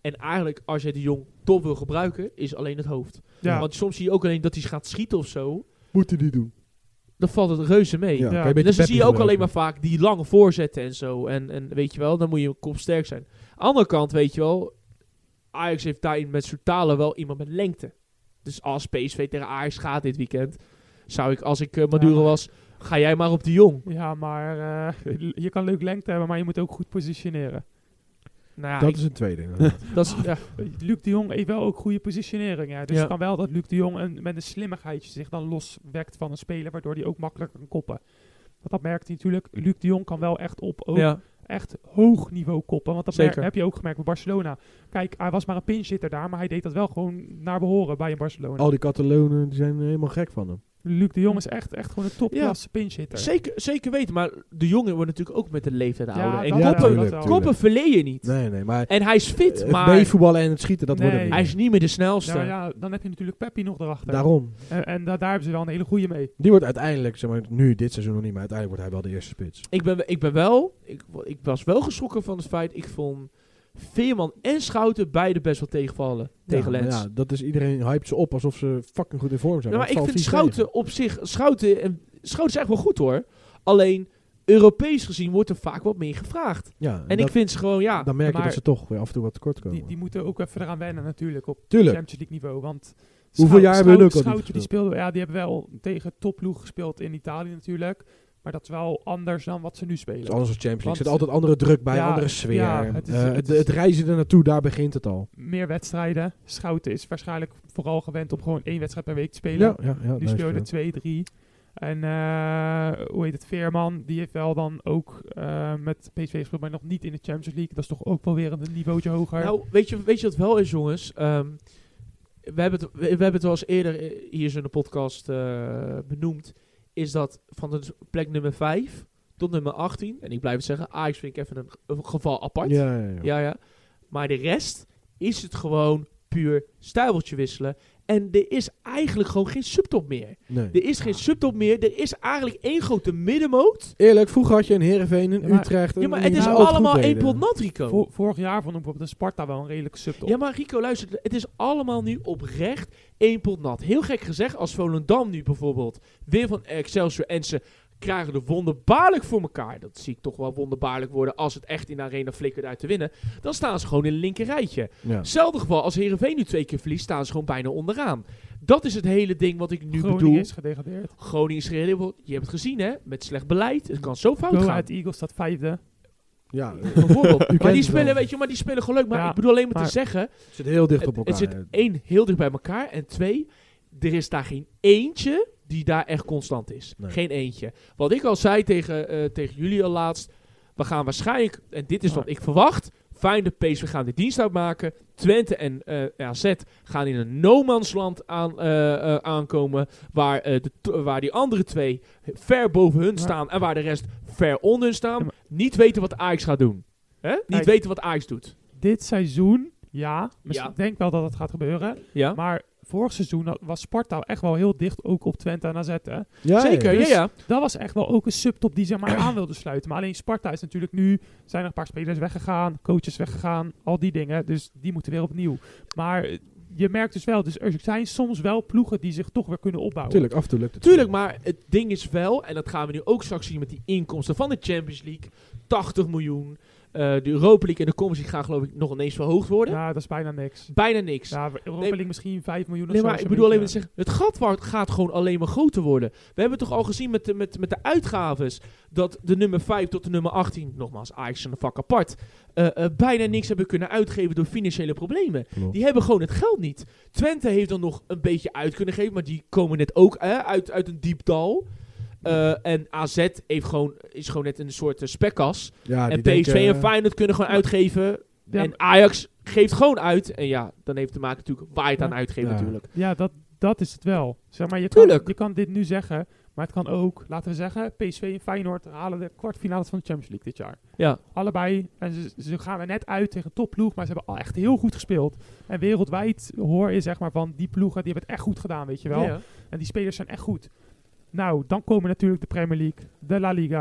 En eigenlijk, als je de Jong top wil gebruiken, is alleen het hoofd. Ja. Want soms zie je ook alleen dat hij gaat schieten of zo. Moet hij die doen? Dan valt het reuze mee. Ja, Ja. kan je beter Dus dan zie je ook Peppy alleen maar vaak die lange voorzetten en zo. En, en weet je wel, dan moet je kopsterk zijn. Aan de andere kant, weet je wel, Ajax heeft daarin met Soutalo wel iemand met lengte. Dus als P S V tegen Ajax gaat dit weekend, zou ik, als ik uh, Maduro Ja. was, ga jij maar op de Jong. Ja, maar uh, je kan leuk lengte hebben, maar je moet ook goed positioneren. Nou ja, Dat ik- is een tweede. inderdaad. dat is, ja. Luc de Jong heeft wel ook goede positionering. Ja. Dus Ja. het kan wel dat Luc de Jong een, met een slimmigheidje zich dan loswekt van een speler, waardoor hij ook makkelijker kan koppen. Want dat merkt hij natuurlijk. Luc de Jong kan wel echt op ook ja. echt hoog niveau koppen. Want dat Zeker. mer- heb je ook gemerkt bij Barcelona. Kijk, hij was maar een pinchhitter daar, maar hij deed dat wel gewoon naar behoren bij een Barcelona. Al die Catalonen die zijn helemaal gek van hem. Luc de Jong is echt, echt gewoon een topklasse pinchhitter. Zeker, zeker weten, maar de jongen wordt natuurlijk ook met de leeftijd Ja, ouder. En dat Ja, koppen, tuurlijk, wel. tuurlijk. koppen verleer je niet. Nee, nee, maar En hij is fit, het maar meevoetballen en het schieten, dat Nee. wordt hem hij niet. is niet meer de snelste. Ja, ja, dan heb je natuurlijk Peppi nog erachter. Daarom. En, en da- daar hebben ze wel een hele goede mee. Die wordt uiteindelijk, zeg maar, nu dit seizoen nog niet, maar uiteindelijk wordt hij wel de eerste spits. Ik ben, ik ben wel, ik, ik was wel geschrokken van het feit, ik vond Veerman en Schouten beide best wel tegenvallen tegen ja, maar Lens. ja, dat is iedereen hypt ze op alsof ze fucking goed in vorm zijn. Ja, maar het ik valt vind vies Schouten tegen. op zich, Schouten, en Schouten is echt wel goed hoor. Alleen, Europees gezien wordt er vaak wat meer gevraagd. Ja, En dat, ik vind ze gewoon, ja, dan merk je maar- dat ze toch weer af en toe wat tekort komen. Die, die moeten ook even eraan wennen natuurlijk op Tuurlijk. Champions League niveau. Want Hoeveel Schou- jaar hebben we Schou- ook al niet Schouten die speelden, ja, die hebben wel tegen topploeg gespeeld in Italië natuurlijk. Maar dat is wel anders dan wat ze nu spelen. Het is anders als Champions League. Er Want- zit altijd andere druk bij, Ja, andere sfeer. ja, het is- Eh, het het, is- het reizen er naartoe, daar begint het al. Meer wedstrijden. Schouten is waarschijnlijk vooral gewend om gewoon één wedstrijd per week te spelen. Ja, ja, ja. Nu dat speel je is er twee, drie. En eh, hoe heet het, Veerman, die heeft wel dan ook eh, met P S V gespeeld, maar nog niet in de Champions League. Dat is toch ook wel weer een niveautje hoger. nou, weet je, weet je wat wel is, jongens? Ehm, we, hebben het, we, we hebben het wel eens eerder eh, hier zo in de podcast eh, benoemd. Is dat van de plek nummer vijf tot nummer achttien. En ik blijf het zeggen, Ajax vind ik even een, een geval apart. Ja, ja, ja. Ja, ja. Maar de rest is het gewoon puur stuiveltje wisselen. En er is eigenlijk gewoon geen subtop meer. Nee. Er is geen subtop meer. Er is eigenlijk één grote middenmoot. Eerlijk, vroeger had je een Heerenveen, een Ja, maar- Utrecht. Ja, een- maar die het is het altijd allemaal goed één deden. pot nat, Rico. Vo- vorig jaar vond ik bijvoorbeeld een Sparta wel een redelijke subtop. Ja, maar Rico, luister. Het is allemaal nu oprecht één pot nat. Heel gek gezegd, als Volendam nu bijvoorbeeld weer van Excelsior en ze krijgen de wonderbaarlijk voor elkaar. Dat zie ik toch wel wonderbaarlijk worden als het echt in de arena flikkert uit te winnen. Dan staan ze gewoon in een linker rijtje. Ja. Hetzelfde geval als Heerenveen nu twee keer verliest, staan ze gewoon bijna onderaan. Dat is het hele ding wat ik nu Groningen bedoel. is gedegradeerd. Groningen is geredeeld. Je hebt het gezien, hè? Met slecht beleid. Het kan zo fout Go gaan. Ahead Eagles staat vijfde. Ja, Bijvoorbeeld. kent maar die het spelen, wel. weet je, maar die spelen gewoon leuk. Maar Ja, ik bedoel alleen maar, maar- te zeggen. het zit heel dicht Het, op elkaar. het zit één, heel dicht bij elkaar. En twee, er is daar geen eentje die daar echt constant is. Nee. Geen eentje. Wat ik al zei tegen, eh, tegen jullie al laatst. We gaan waarschijnlijk, en dit is Ja. wat ik verwacht. Fijn, de P S V gaan de dienst uitmaken. Twente en eh A Z gaan in een no-mansland aan, eh, eh, aankomen. Waar, eh, de t- waar die andere twee ver boven hun Maar- staan. En waar de rest ver onder hun staan. Ja, maar- Niet weten wat Ajax gaat doen. Hè? Niet Kijk. weten wat Ajax doet. Dit seizoen, ja. Misschien Ja. denk ik wel dat het gaat gebeuren. Ja? Maar vorig seizoen had- was Sparta echt wel heel dicht ook op Twente en A Z. Hè? Ja, Zeker, ja. ja, ja. Dat was echt wel ook een subtop die ze maar aan wilde sluiten. Maar alleen Sparta is natuurlijk nu, zijn er een paar spelers weggegaan, coaches weggegaan, al die dingen. Dus die moeten weer opnieuw. Maar eh, je merkt dus wel, dus er zijn soms wel ploegen die zich toch weer kunnen opbouwen. Tuurlijk, af en toe lukt het. Tuurlijk, maar het ding is wel, en dat gaan we nu ook straks zien met die inkomsten van de Champions League. tachtig miljoen. Eh, de Europa League en de Conference League gaan geloof ik nog ineens verhoogd worden. Ja, dat is bijna niks. Bijna niks. Ja, Europa Nee, League misschien vijf miljoen of Nee, zo. maar als ik je bedoel alleen een maar te zeggen, het gat wa- gaat gewoon alleen maar groter worden. We hebben toch al gezien met de, met, met de uitgaves dat de nummer vijf tot de nummer achttien, nogmaals Ajax en een vak apart, eh, eh, bijna niks hebben kunnen uitgeven door financiële problemen. Klopt. Die hebben gewoon het geld niet. Twente heeft dan nog een beetje uit kunnen geven, maar die komen net ook eh, uit, uit een diep dal. Uh, en A Z heeft gewoon, is gewoon net een soort uh, spekkas. Ja, en die P S V denken, en Feyenoord kunnen gewoon uitgeven. Ja, en Ajax geeft gewoon uit. En ja, dan heeft te maken natuurlijk waar je het aan Ja. uitgeeft Ja. natuurlijk. Ja, dat, dat is het wel. Zeg maar, je, kan, Tuurlijk. je kan dit nu zeggen, maar het kan ook, laten we zeggen, P S V en Feyenoord halen de kwartfinales van de Champions League dit jaar. Ja, Allebei. En ze, ze gaan er net uit tegen topploeg, maar ze hebben al echt heel goed gespeeld. En wereldwijd hoor je zeg maar van die ploegen, die hebben het echt goed gedaan, weet je wel. ja. En die spelers zijn echt goed. Nou, dan komen natuurlijk de Premier League, de La Liga.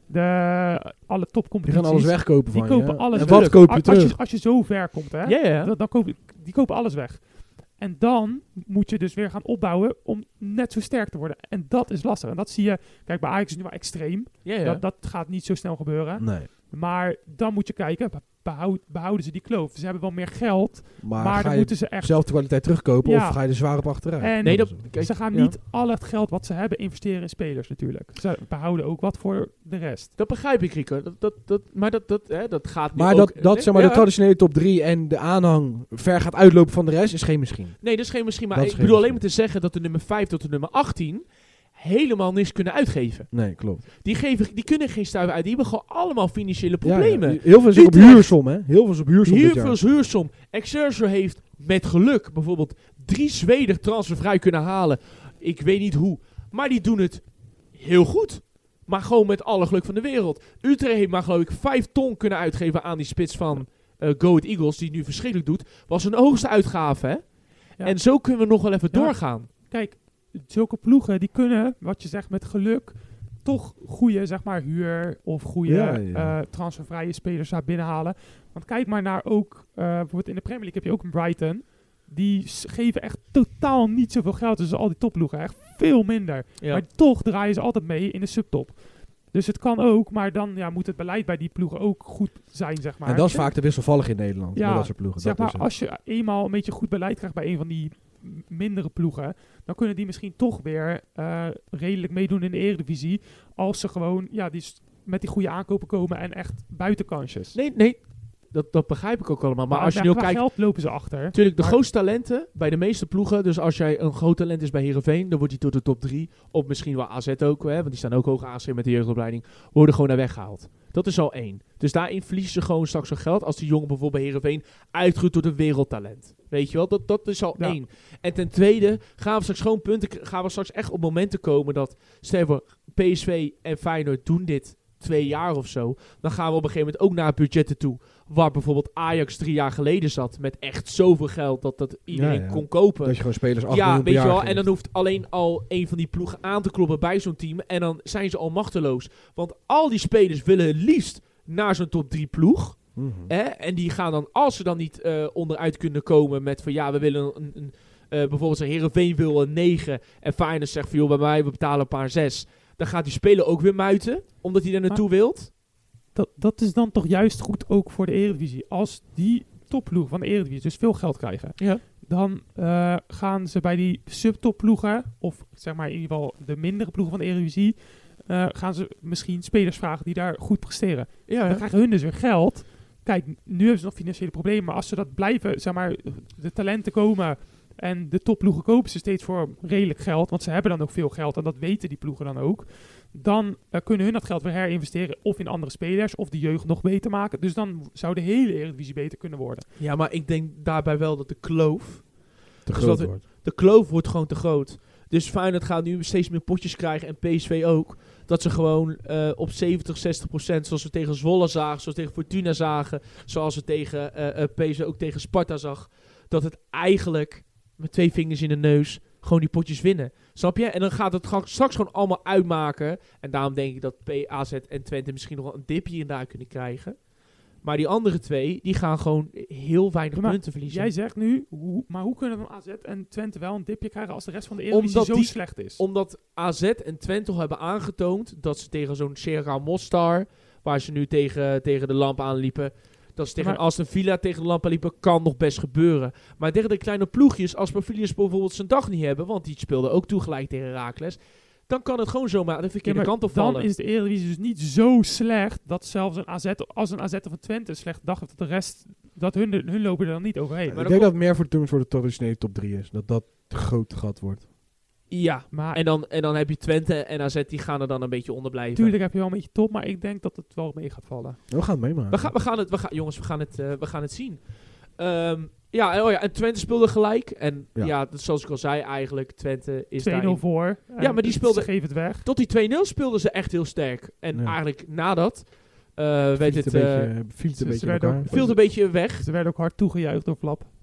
de, alle Die topcompetities. gaan alles wegkopen Die van kopen je. alles En weg. wat koop je Als- terug? Als je, als je zo ver komt, hè, Ja, ja. dan, dan kopen, die kopen alles weg. En dan moet je dus weer gaan opbouwen om net zo sterk te worden. En dat is lastig. En dat zie je, kijk, bij Ajax is het nu wel extreem. Ja, ja. Dat, dat gaat niet zo snel gebeuren. Nee. Maar dan moet je kijken, behoud, behouden ze die kloof. Ze hebben wel meer geld, Maar, maar ga dan je moeten ze echt... dezelfde kwaliteit terugkopen Ja. of ga je er zwaar op achteruit? En Nee, dat, is het. kijk, ze gaan ja. niet al het geld wat ze hebben investeren in spelers natuurlijk. Ze behouden ook wat voor de rest. Dat begrijp ik, Rico. Dat, dat, dat, maar dat, dat, hè, dat gaat nu Maar ook... dat, dat zeg maar, ja. de traditionele top drie en de aanhang ver gaat uitlopen van de rest is geen misschien. Nee, dat is geen misschien. Maar Dat is ik geen bedoel alleen maar misschien. te zeggen dat de nummer vijf tot de nummer achttien helemaal niks kunnen uitgeven. Nee, klopt. Die, geven, die kunnen geen stuiver uit. Die hebben gewoon allemaal financiële Ja, ja. problemen. Heel veel is op Utrecht. huursom, hè? Heel veel is op huursom Hier dit jaar. veel is huursom. Excelsior heeft met geluk bijvoorbeeld drie Zweden transfervrij kunnen halen. Ik weet niet hoe. Maar die doen het heel goed. Maar gewoon met alle geluk van de wereld. Utrecht heeft maar geloof ik vijf ton kunnen uitgeven aan die spits van uh, Go Ahead Eagles. Die het nu verschrikkelijk doet. Was een hoogste uitgave, hè? Ja. En zo kunnen we nog wel even Ja. doorgaan. Kijk, zulke ploegen die kunnen, wat je zegt met geluk, toch goede zeg maar huur of goede Ja, ja. eh, transfervrije spelers daar binnenhalen. Want kijk maar naar ook, eh, bijvoorbeeld in de Premier League heb je ook een Brighton. Die s- geven echt totaal niet zoveel geld. Dus al die topploegen echt veel minder. Ja. Maar toch draaien ze altijd mee in de subtop. Dus het kan ook, maar dan ja, moet het beleid bij die ploegen ook goed zijn, zeg maar. En dat is vaak te wisselvallig in Nederland. Ja, met dat soort ploegen. Zeg dat is maar, het. als je eenmaal een beetje goed beleid krijgt bij een van die m- mindere ploegen, dan kunnen die misschien toch weer eh, redelijk meedoen in de Eredivisie. Als ze gewoon ja, die s- met die goede aankopen komen en echt buitenkansjes. Nee, nee. Dat, dat begrijp ik ook allemaal. Maar als je ja, nu qua kijkt... geld lopen ze achter. Natuurlijk, de Maar- grootste talenten bij de meeste ploegen. Dus als jij een groot talent is bij Heerenveen, dan wordt hij tot de top drie. Of misschien wel A Z ook, hè, want die staan ook hoog aangeschreven met de jeugdopleiding. Worden gewoon naar weggehaald. Dat is al één. Dus daarin verliezen ze gewoon straks hun geld. Als die jongen bijvoorbeeld bij Heerenveen uitgroeit tot een wereldtalent. Weet je wel, dat, dat is al Ja. één. En ten tweede gaan we straks gewoon punten, k- gaan we straks echt op momenten komen dat, stel je voor, P S V en Feyenoord doen dit twee jaar of zo. Dan gaan we op een gegeven moment ook naar budgetten toe. Waar bijvoorbeeld Ajax drie jaar geleden zat. Met echt zoveel geld dat dat iedereen Ja, ja. kon kopen. Dat je gewoon spelers acht Ja, miljoen per weet je jaar wel. En geeft. dan hoeft alleen al een van die ploegen aan te kloppen bij zo'n team. En dan zijn ze al machteloos. Want al die spelers willen het liefst naar zo'n top drie ploeg. Mhm. Hè? En die gaan dan, als ze dan niet eh, onderuit kunnen komen met van ja, we willen een... een eh, bijvoorbeeld zijn Heerenveen wil een negen. En Feyenoord zegt van joh, bij mij, we betalen een paar zes. Dan gaat die speler ook weer muiten. Omdat hij er naartoe wilt. Dat, dat is dan toch juist goed ook voor de Eredivisie. Als die topploegen van de Eredivisie dus veel geld krijgen, Ja. dan eh, gaan ze bij die subtopploegen, of zeg maar in ieder geval de mindere ploegen van de Eredivisie, eh, gaan ze misschien spelers vragen die daar goed presteren. Ja, Dan krijgen hun dus weer geld. Kijk, nu hebben ze nog financiële problemen, maar als ze dat blijven, zeg maar, de talenten komen en de topploegen kopen ze steeds voor redelijk geld, want ze hebben dan ook veel geld en dat weten die ploegen dan ook. Dan uh, kunnen hun dat geld weer herinvesteren of in andere spelers of de jeugd nog beter maken. Dus dan zou de hele Eredivisie beter kunnen worden. ja, maar ik denk daarbij wel dat de kloof... Te Dus groot dat- wordt. De kloof wordt gewoon te groot. Dus Feyenoord gaat nu steeds meer potjes krijgen en P S V ook. Dat ze gewoon eh, op zeventig, zestig procent, zoals we tegen Zwolle zagen, zoals we tegen Fortuna zagen, zoals we tegen eh, eh, P S V ook tegen Sparta zag, dat het eigenlijk met twee vingers in de neus gewoon die potjes winnen. Snap je? En dan gaat het ga- straks gewoon allemaal uitmaken. En daarom denk ik dat P A Z en Twente misschien nog wel een dip hier en daar kunnen krijgen. Maar die andere twee, die gaan gewoon heel weinig Ja, maar punten verliezen. Jij zegt nu, hoe, maar hoe kunnen dan A Z en Twente wel een dipje krijgen als de rest van de Eredivisie Omdat zo die- slecht is? Omdat A Z en Twente al hebben aangetoond dat ze tegen zo'n Sierra Mostar, waar ze nu tegen, tegen de lamp aanliepen, dat ze tegen Maar- een Aston Villa tegen de lamp aanliepen, kan nog best gebeuren. Maar tegen de kleine ploegjes, als Pavilius bijvoorbeeld zijn dag niet hebben, want die speelde ook toegelijk tegen Heracles, dan kan het gewoon zomaar de verkeerde Ja, maar kant op dan vallen. is de Eredivisie dus niet zo slecht dat zelfs een A Z, als een A Z of een Twente een slechte dag heeft, dat de rest, dat hun, hun lopen er dan niet overheen. Ik maar denk dan dat het meer voor de, voor de traditionele top drie is. Dat dat te groot gat wordt. Ja, Maar en dan, en dan heb je Twente en A Z, die gaan er dan een beetje onder blijven. natuurlijk heb je wel een beetje top, maar ik denk dat het wel mee gaat vallen. We gaan het meemaken. We gaan, we gaan het, we gaan, jongens, we gaan het, eh, we gaan het zien. Ehm, ja, en, oh ja, en Twente speelde gelijk. En ja, Ja. dat, zoals ik al zei eigenlijk, Twente is twee nul daarin... voor. Ja, maar die speelde- Ze geven het weg. Tot die twee nul speelden ze echt heel sterk. En Ja. eigenlijk nadat, eh weet Viel het, het een eh, beetje, viel het ze- een ze beetje in werden elkaar. ook- viel het een beetje weg. Ze werden ook hard toegejuicht door Flap.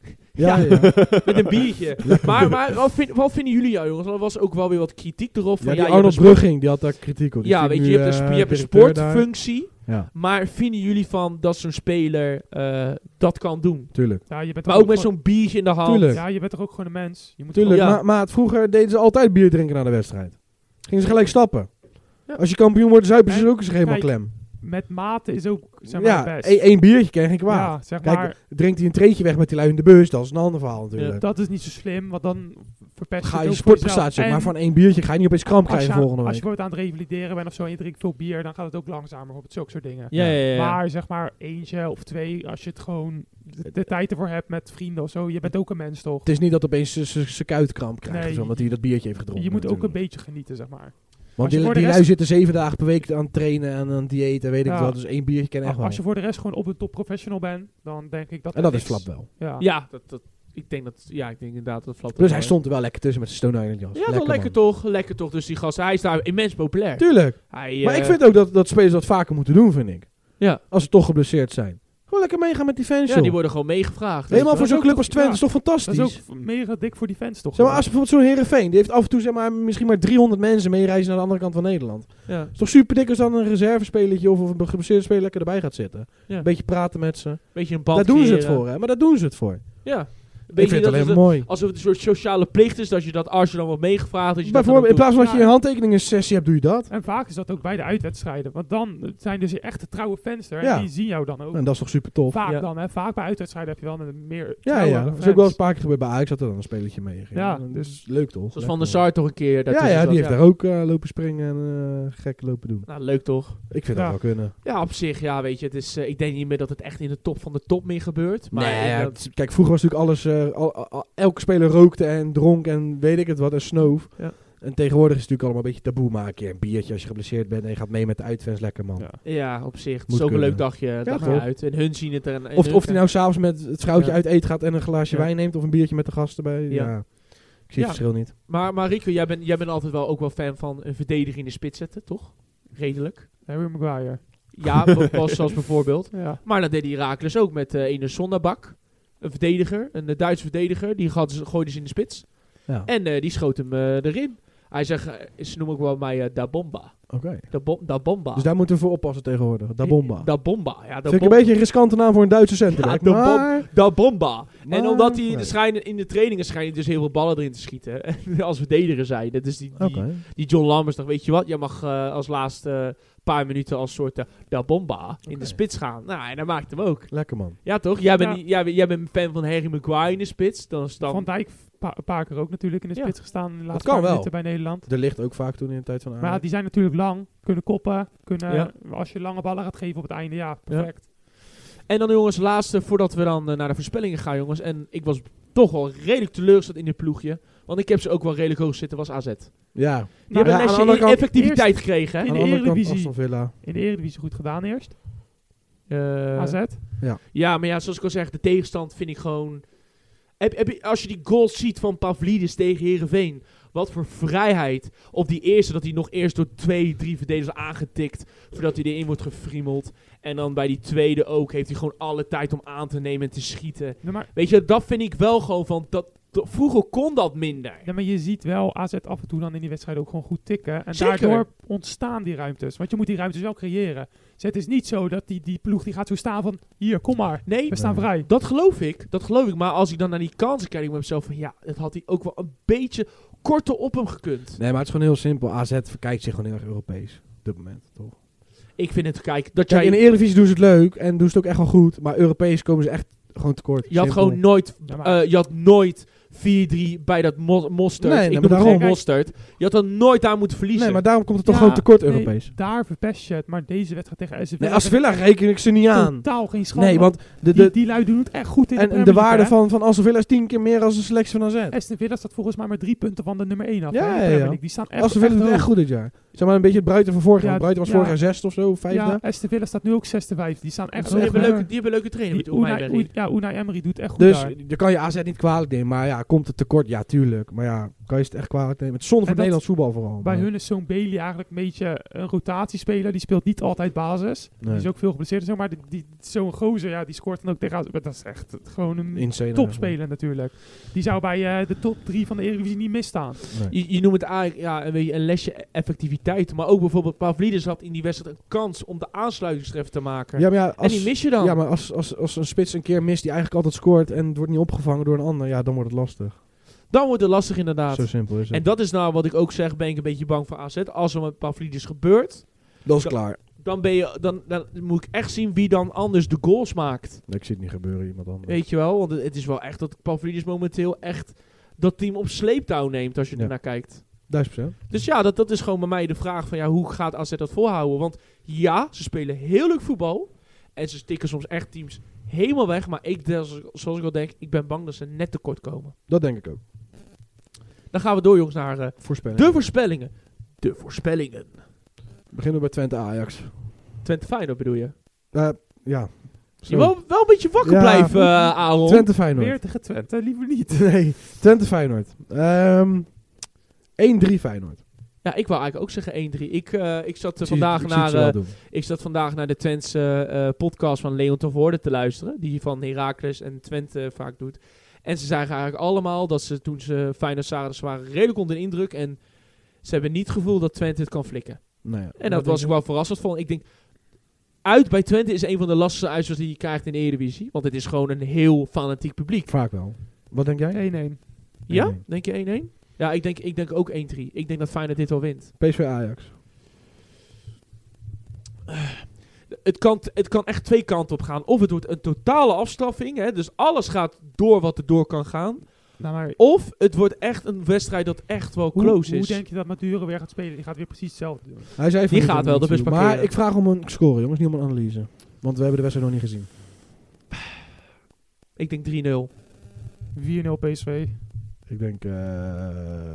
Ja, Ja. ja. Met een biertje. maar maar wat, vind, wat vinden jullie jou, jongens? Er was ook wel weer wat kritiek erop. Ja, Van, die ja, je Arnold hebt een sport- Brugging, die had daar kritiek op. Die Ja, zit weet je, nu, je hebt een, eh, sp- je hebt een directeur daar. sportfunctie. Ja, Maar vinden jullie van dat zo'n speler eh, dat kan doen? tuurlijk. Ja, je bent Maar toch ook met gewoon- zo'n biertje in de hand. Tuurlijk. Ja, je bent toch ook gewoon een mens. Je moet Tuurlijk, Ja. maar, maar het- vroeger deden ze altijd bier drinken na de wedstrijd. Gingen ze gelijk stappen. Ja. Als je kampioen wordt, zuipen ze En er ook eens helemaal kijk, klem. gewoon- met mate is ook zeg maar Ja, best. één één biertje kan je geen kwaad. Ja, zeg Kijk, maar, drinkt hij een treetje weg met die lui in de bus, dat is een ander verhaal natuurlijk. dat is niet zo slim, want dan verpest Ga het je ook sportprestatie voor op, maar jezelf. van één biertje ga je niet opeens kramp als je, krijgen aan, volgende als je week. bijvoorbeeld aan het revalideren bent of zo en je drinkt veel bier, dan gaat het ook langzamer, bijvoorbeeld zulke soort dingen. Ja, ja, ja. ja. Maar zeg maar eentje of twee, als je het gewoon de, de tijd ervoor hebt met vrienden of zo, je bent ook een mens toch? Het is niet dat opeens zijn kuitkramp krijgt, Nee. of zo, omdat hij dat biertje heeft gedronken. Je moet ook een natuurlijk. beetje genieten, zeg maar. Want als je die, voor de die rest- lui zitten zeven dagen per week aan het trainen en aan het dieet en weet ik Ja. wat. Dus één biertje kan echt wel. Als je voor de rest gewoon op een top professional bent, dan denk ik dat En dat er is niks- Flap wel. Ja. Ja, dat, dat, ik denk dat, ja, ik denk inderdaad dat Flap. Dus hij stond er wel lekker tussen met zijn Stone Island jas. Ja, wel lekker man. toch, lekker toch. Dus die gast, hij is daar immens populair. Tuurlijk. Hij, Maar eh, ik vind ook dat, dat spelers dat vaker moeten doen, vind ik. Ja. Als ze toch geblesseerd zijn. Gewoon lekker meegaan met die fans, ja, joh. die worden gewoon meegevraagd. Helemaal Dat voor is zo'n ook club toch- als Twente, ja. is toch fantastisch? Dat is ook mega dik voor die fans toch? Zeg maar, als bijvoorbeeld zo'n Heerenveen, die heeft af en toe zeg maar, misschien maar driehonderd mensen meereizen naar de andere kant van Nederland. Ja. Het is toch super dik als dan een reservespelertje of, of een geblesseerde speler lekker erbij gaat zitten. Ja. Een beetje praten met ze. Beetje een band Daar doen ze het creëren. voor, hè. Maar daar doen ze het voor. Ja. Ik Beetje vind het dat alleen het, mooi. alsof het een soort sociale plicht is, dat je dat als je dan wordt meegevraagd, dat je Bijvoorbeeld, in dat dan plaats van dat je Ja. een handtekeningen sessie hebt, doe je dat. En vaak is dat ook bij de uitwedstrijden. Want dan zijn dus je echte trouwe fans er. Ja. En die zien jou dan ook. En dat is toch super tof. Vaak Ja. dan, hè. Vaak bij uitwedstrijden heb je wel een meer Ja, trouwe ja. Dat is fans. ook wel eens een paar keer gebeurd bij Ajax, dat er dan een spelertje mee ging. Ja, En dus- dat is leuk toch? doet. Zoals Van der Lekker. Sar toch een keer Ja, daartussen ja, zat, die heeft daar ook eh, lopen springen en uh, gek lopen doen. Nou, leuk toch? Ik vind Ja. dat wel kunnen. Ja, op zich, ja, weet je, het is, eh, ik denk niet meer dat het echt in de top van de top meer gebeurt. Maar nee, ik ja, denk dat- het- kijk, vroeger was natuurlijk alles... eh, al- al- al- elke speler rookte en dronk en weet ik het wat, en snoof. Ja. En tegenwoordig is het natuurlijk allemaal een beetje taboe maken. Een biertje als je geblesseerd bent en je gaat mee met de uitfans. Lekker, man. Ja. ja, op zich. Het Moet is ook een kunnen. leuk dagje, dagje toch? uit. En hun zien het er. En, en Of, hun- of hij nou s'avonds met het vrouwtje Ja. uit eten gaat en een glaasje Ja. wijn neemt of een biertje met de gasten bij. Ja. Ja. Ik zie Ja. het verschil niet. Maar, maar Rico, jij bent, jij bent altijd wel ook wel fan van een verdediger in de spits zetten, toch? Redelijk. Harry Maguire. Ja, wa- was zoals bijvoorbeeld. Ja. Maar dat deed Heracles ook met uh, een Sonderbak. Een verdediger, een uh, Duitse verdediger. Die gaat, gooide ze in de spits. Ja. En uh, die schoot hem uh, erin. Hij zegt, uh, ze noemen ook wel mij uh, Da Bomba. Oké. Da, bom, da Bomba. Dus daar moeten we voor oppassen tegenwoordig. Da Bomba. Da Bomba, ja. Da Vind ik Bom- een beetje een riskante naam voor een Duitse centerback. Ja, Da Bom- maar... Da Bomba. Maar- En omdat hij nee. de schijnen, in de trainingen schijnt hij dus heel veel ballen erin te schieten. En als verdediger zijn. Dat is die, die, Oké. die John Lammers, dan weet je wat, jij mag uh, als laatste paar minuten als soort uh, Da Bomba in Oké. de spits gaan. Nou, en dat maakt hem ook. Lekker, man. Ja, toch? Jij bent, Ja. niet- jij, bent- jij bent een fan van Harry Maguire in de spits. Dan is dan... Van Dijk pa- een paar keer ook natuurlijk in de Ja. spits gestaan in de laatste kan paar wel. minuten bij Nederland. Er ligt ook vaak toen in de tijd van Ajax. Maar ja, die zijn natuurlijk lang, kunnen koppen, kunnen, Ja. als je lange ballen gaat geven op het einde, ja, perfect. En dan jongens, laatste, voordat we dan uh, naar de voorspellingen gaan jongens. En ik was toch wel redelijk teleurgesteld in dit ploegje. Want ik heb ze ook wel redelijk hoog zitten, was A Z. Die Ja. Nou, hebben ja, een aan de lesje andere in kant- effectiviteit gekregen. Hè? in Aan de de andere kant Eredivisie. Aston Villa. In de Eredivisie goed gedaan eerst, Uh, A Z. Ja, maar ja, zoals ik al zeg, de tegenstand vind ik gewoon... Heb, heb je, als je die goals ziet van Pavlidis tegen Heerenveen, wat voor vrijheid. Op die eerste, dat hij nog eerst door twee, drie verdedigers aangetikt, voordat hij erin wordt gefriemeld. En dan bij die tweede ook, heeft hij gewoon alle tijd om aan te nemen en te schieten. Ja, maar, Weet je, dat vind ik wel gewoon van, dat, dat- vroeger kon dat minder. ja, maar je ziet wel A Z af en toe dan in die wedstrijd ook gewoon goed tikken. En Zeker. daardoor ontstaan die ruimtes. Want je moet die ruimtes wel creëren. Dus het is niet zo dat die, die ploeg die gaat zo staan van, hier, kom maar. Nee, We staan Nee. vrij. dat geloof ik, dat geloof ik. Maar als ik dan naar die kansen kijk, ik met mezelf van, ja, het had hij ook wel een beetje korter op hem gekund. Nee, maar het is gewoon heel simpel. A Z verkijkt zich gewoon heel erg Europees. Op dit moment, toch? Ik vind het, kijk, dat Kijk, jij... in de Eredivisie doen ze het leuk en doen ze het ook echt wel goed. Maar Europees komen ze echt gewoon tekort. Je had Simpel. gewoon nooit, Ja, maar- eh, je had nooit vier drie bij dat mo- mosterd. Nee, ik nee, noem maar het gewoon daarom- mosterd. Je had dan nooit aan moeten verliezen. Nee, maar daarom komt het toch Ja, gewoon tekort nee, Europees. Daar verpest je het. Maar deze wedstrijd tegen S V Nee, als Villa reken ik ze niet aan. totaal geen schande. Nee, want de, die, de, die lui doen het echt goed in de en, en Premier de League, waarde hè. van, van Aston Villa is tien keer meer als de selectie van A Z. Aston Villa staat volgens mij maar drie punten van de nummer één af. Ja, hè, in de ja, Premier ja. League. Die staan echt, Aston Villa doet het hoog. echt goed dit jaar. Zeg maar een beetje het Brighton van vorig jaar. Ja, Brighton was ja. vorig jaar zesde of zo, vijfde. Ja, Aston Villa staat nu ook zesde, vijfde. Die staan echt die, hebben hoog. leuke, die hebben leuke trainer met Die Unai Unai, Emery. Unai- ja, Unai Emery doet echt goed Dus daar. dan kan je A Z niet kwalijk nemen. Maar ja, ja, komt het tekort? Ja, tuurlijk. Maar ja, kan je het echt kwalijk nemen? Het is zonde voor En dat- Nederlands voetbal vooral. Bij maar- hun is zo'n Bailey eigenlijk een beetje een rotatiespeler. Die speelt niet altijd basis. Nee. Die is ook veel geblesseerd en zo. Maar die, die, zo'n gozer, ja, die scoort dan ook tegen... Dat is echt gewoon een Insane topspeler natuurlijk. Die zou bij uh, de top drie van de Eredivisie niet misstaan. Nee. Je, je noemt het eigenlijk ja, een, beetje een lesje effectiviteit. Maar ook bijvoorbeeld Pavlidis had in die wedstrijd een kans om de aansluitingstreffer te maken. Ja, maar ja, en als, die mis je dan. ja, maar als, als, als een spits een keer mist die eigenlijk altijd scoort en het wordt niet opgevangen door een ander, ja, dan wordt het lastig. Dan wordt het lastig inderdaad. Zo simpel is het. En dat is nou wat ik ook zeg, ben ik een beetje bang voor A Z. Als er met Pavlidis gebeurt, dat is dan- klaar. dan, ben je, dan, dan moet ik echt zien wie dan anders de goals maakt. Nee, ik zie het niet gebeuren, iemand anders. Weet je wel? Want het, het is wel echt dat Pavlidis momenteel echt dat team op sleeptouw neemt als je Ja. ernaar kijkt. Duizend procent. Dus ja, dat, dat is gewoon bij mij de vraag van ja, hoe gaat A Z dat volhouden? Want ja, ze spelen heel leuk voetbal. En ze stikken soms echt teams helemaal weg. Maar ik, zoals ik al denk, ik ben bang dat ze net tekort komen. Dat denk ik ook. Dan gaan we door jongens naar uh, Voorspelling. de voorspellingen. De voorspellingen. Beginnen we bij Twente Ajax. Twente Feyenoord bedoel je? Uh, ja. Zo. Je wil wel een beetje wakker Ja. blijven, uh, Aaron. Twente Feyenoord. Weer tegen Twente, liever niet. Nee, Twente Feyenoord. Um, één drie Feyenoord. Ja, ik wou eigenlijk ook zeggen één drie. Ik, uh, ik, zat, uh, Ik zie- vandaag ik zie het naar, ze wel uh, doen. ik zat vandaag naar de Twentse uh, podcast van Leon ten Voorde te luisteren. Die van Heracles en Twente vaak doet. En ze zeggen eigenlijk allemaal dat ze toen ze Feyenoord zagen, ze waren redelijk onder de indruk. En ze hebben niet het gevoel dat Twente het kan flikken. Nou ja, En dat wat was ik denk wel verrassend van. Ik denk, uit bij Twente is een van de lastigste uitslagen die je krijgt in de Eredivisie. Want het is gewoon een heel fanatiek publiek. je? Vaak wel. Wat denk jij? één één. Ja? één één. Denk je één één? Ja, ik denk, ik denk ook één drie. Ik denk dat Feyenoord dit wel wint. P S V Ajax. Het kan, t- het kan echt twee kanten op gaan. Of het wordt een totale afstraffing. Hè, dus alles gaat door wat er door kan gaan. Nou, maar Of het wordt echt een wedstrijd dat echt wel hoe, close hoe is. denk je dat Maduro weer gaat spelen? Die gaat weer precies hetzelfde doen. Hij zei van Die niet gaat om wel de iets te bus doen. parkeren. Maar ik vraag om een score, jongens, niet om een analyse. Want we hebben de wedstrijd nog niet gezien. Ik denk drie nul. vier nul P S V. Ik denk uh,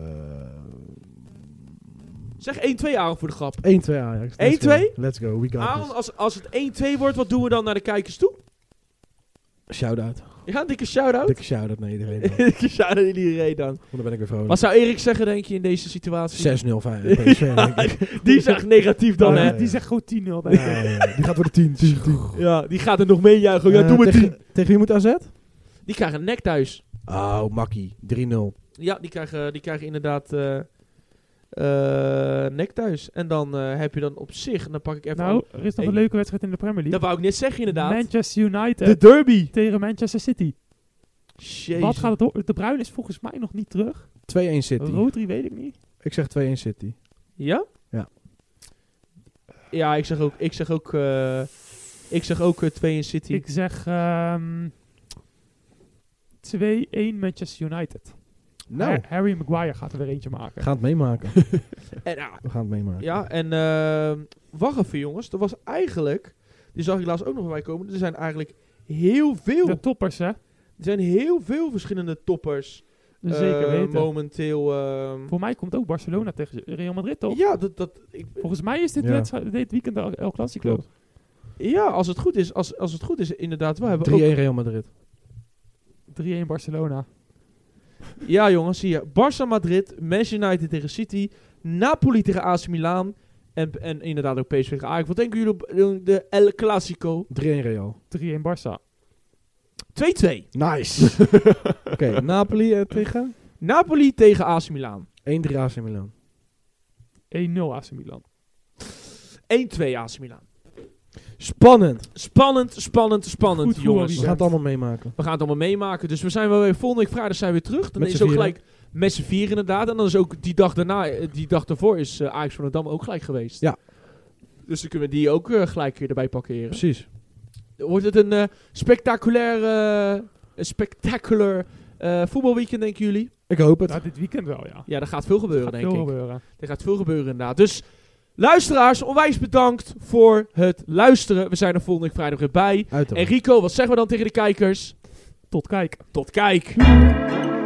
Zeg één twee Aaron voor de grap. één twee Ajax. Let's één twee? go. Let's go, we got Aaron, this. als, als het één twee wordt, wat doen we dan naar de kijkers toe? Shout-out. Ja, dikke shout-out. Dikke shout-out naar iedereen. dan. Dikke shout-out in iedereen dan. Want dan ben ik weer vrolijk. Wat zou Erik zeggen, denk je, in deze situatie? zes nul vijf P S V, denk ik. Die is echt negatief dan, Ja, hè? ja. Die zegt gewoon tien nul. Denk ik. Ja, ja, ja. Die gaat voor de tien. tien, tien. Ja, die gaat er nog mee juichen. Ja, Eh, doe maar tegen, tien. tegen wie moet A Z? Die krijgen een nek thuis. Oh, makkie. drie nul. Ja, die krijgen, die krijgen inderdaad eh eh, nek thuis. En dan eh, heb je dan op zich, en dan pak ik even... Nou, er is nog Hey. een leuke wedstrijd in de Premier League. dat wou ik net zeggen inderdaad. Manchester United de derby. tegen Manchester City. Jezus. Wat gaat het door? De Bruin is volgens mij nog niet terug. twee één City. Rodri weet ik niet. Ik zeg twee één City. Ja? Ja. Ja, ik zeg ook, ik zeg ook, eh, ik zeg ook eh, twee in City. Ik zeg ehm twee één Manchester United. Nou, Har- Harry Maguire gaat er weer eentje maken. we gaan het meemaken. en, ja, We gaan het meemaken. ja, en eh, wacht even jongens. Er was eigenlijk, die zag ik laatst ook nog bij komen. Er zijn eigenlijk heel veel, De toppers, hè? er zijn heel veel verschillende toppers. Zeker eh, weten. momenteel. ehm, Voor mij komt ook Barcelona tegen Real Madrid, toch? ja, dat, dat, ik, Volgens mij is dit, Ja. wedstrijd, dit weekend El, El Clasico. Klopt. ja, als het goed is, als, als het goed is, inderdaad. We hebben drie één ook, Real Madrid. drie één Barcelona. ja, jongens, zie je. Barça Madrid, Manchester United tegen City, Napoli tegen A C Milan en, en inderdaad ook P S V tegen Ajax. Wat denken jullie op de El Clasico? drie één Real. drie één Barça. twee twee. Nice. Oké, Napoli eh, tegen? Napoli tegen A C Milan. één drie A C Milan. één nul A C Milan. één twee A C Milan. Spannend. Spannend, spannend, spannend, Goed jongens. We gaan het allemaal meemaken. We gaan het allemaal meemaken. Dus we zijn wel weer volgende week vrijdag zijn we weer terug. Dan Met is z'n ook vieren. gelijk met z'n vier inderdaad. En dan is ook die dag daarna, eh, die dag daarvoor is uh, Ajax Volendam ook gelijk geweest. Ja. Dus dan kunnen we die ook uh, gelijk weer erbij parkeren. Precies. Wordt het een uh, spectaculair, uh, een spectacular uh, voetbalweekend, denken jullie? Ik hoop het. Nou, dit weekend wel, ja. Ja, er gaat veel gebeuren, gaat denk veel ik. gebeuren. Er gaat veel gebeuren inderdaad. Dus luisteraars, onwijs bedankt voor het luisteren. We zijn er volgende week vrijdag weer bij. Uiteraard. En Rico, wat zeggen we dan tegen de kijkers? Tot kijk. Tot kijk.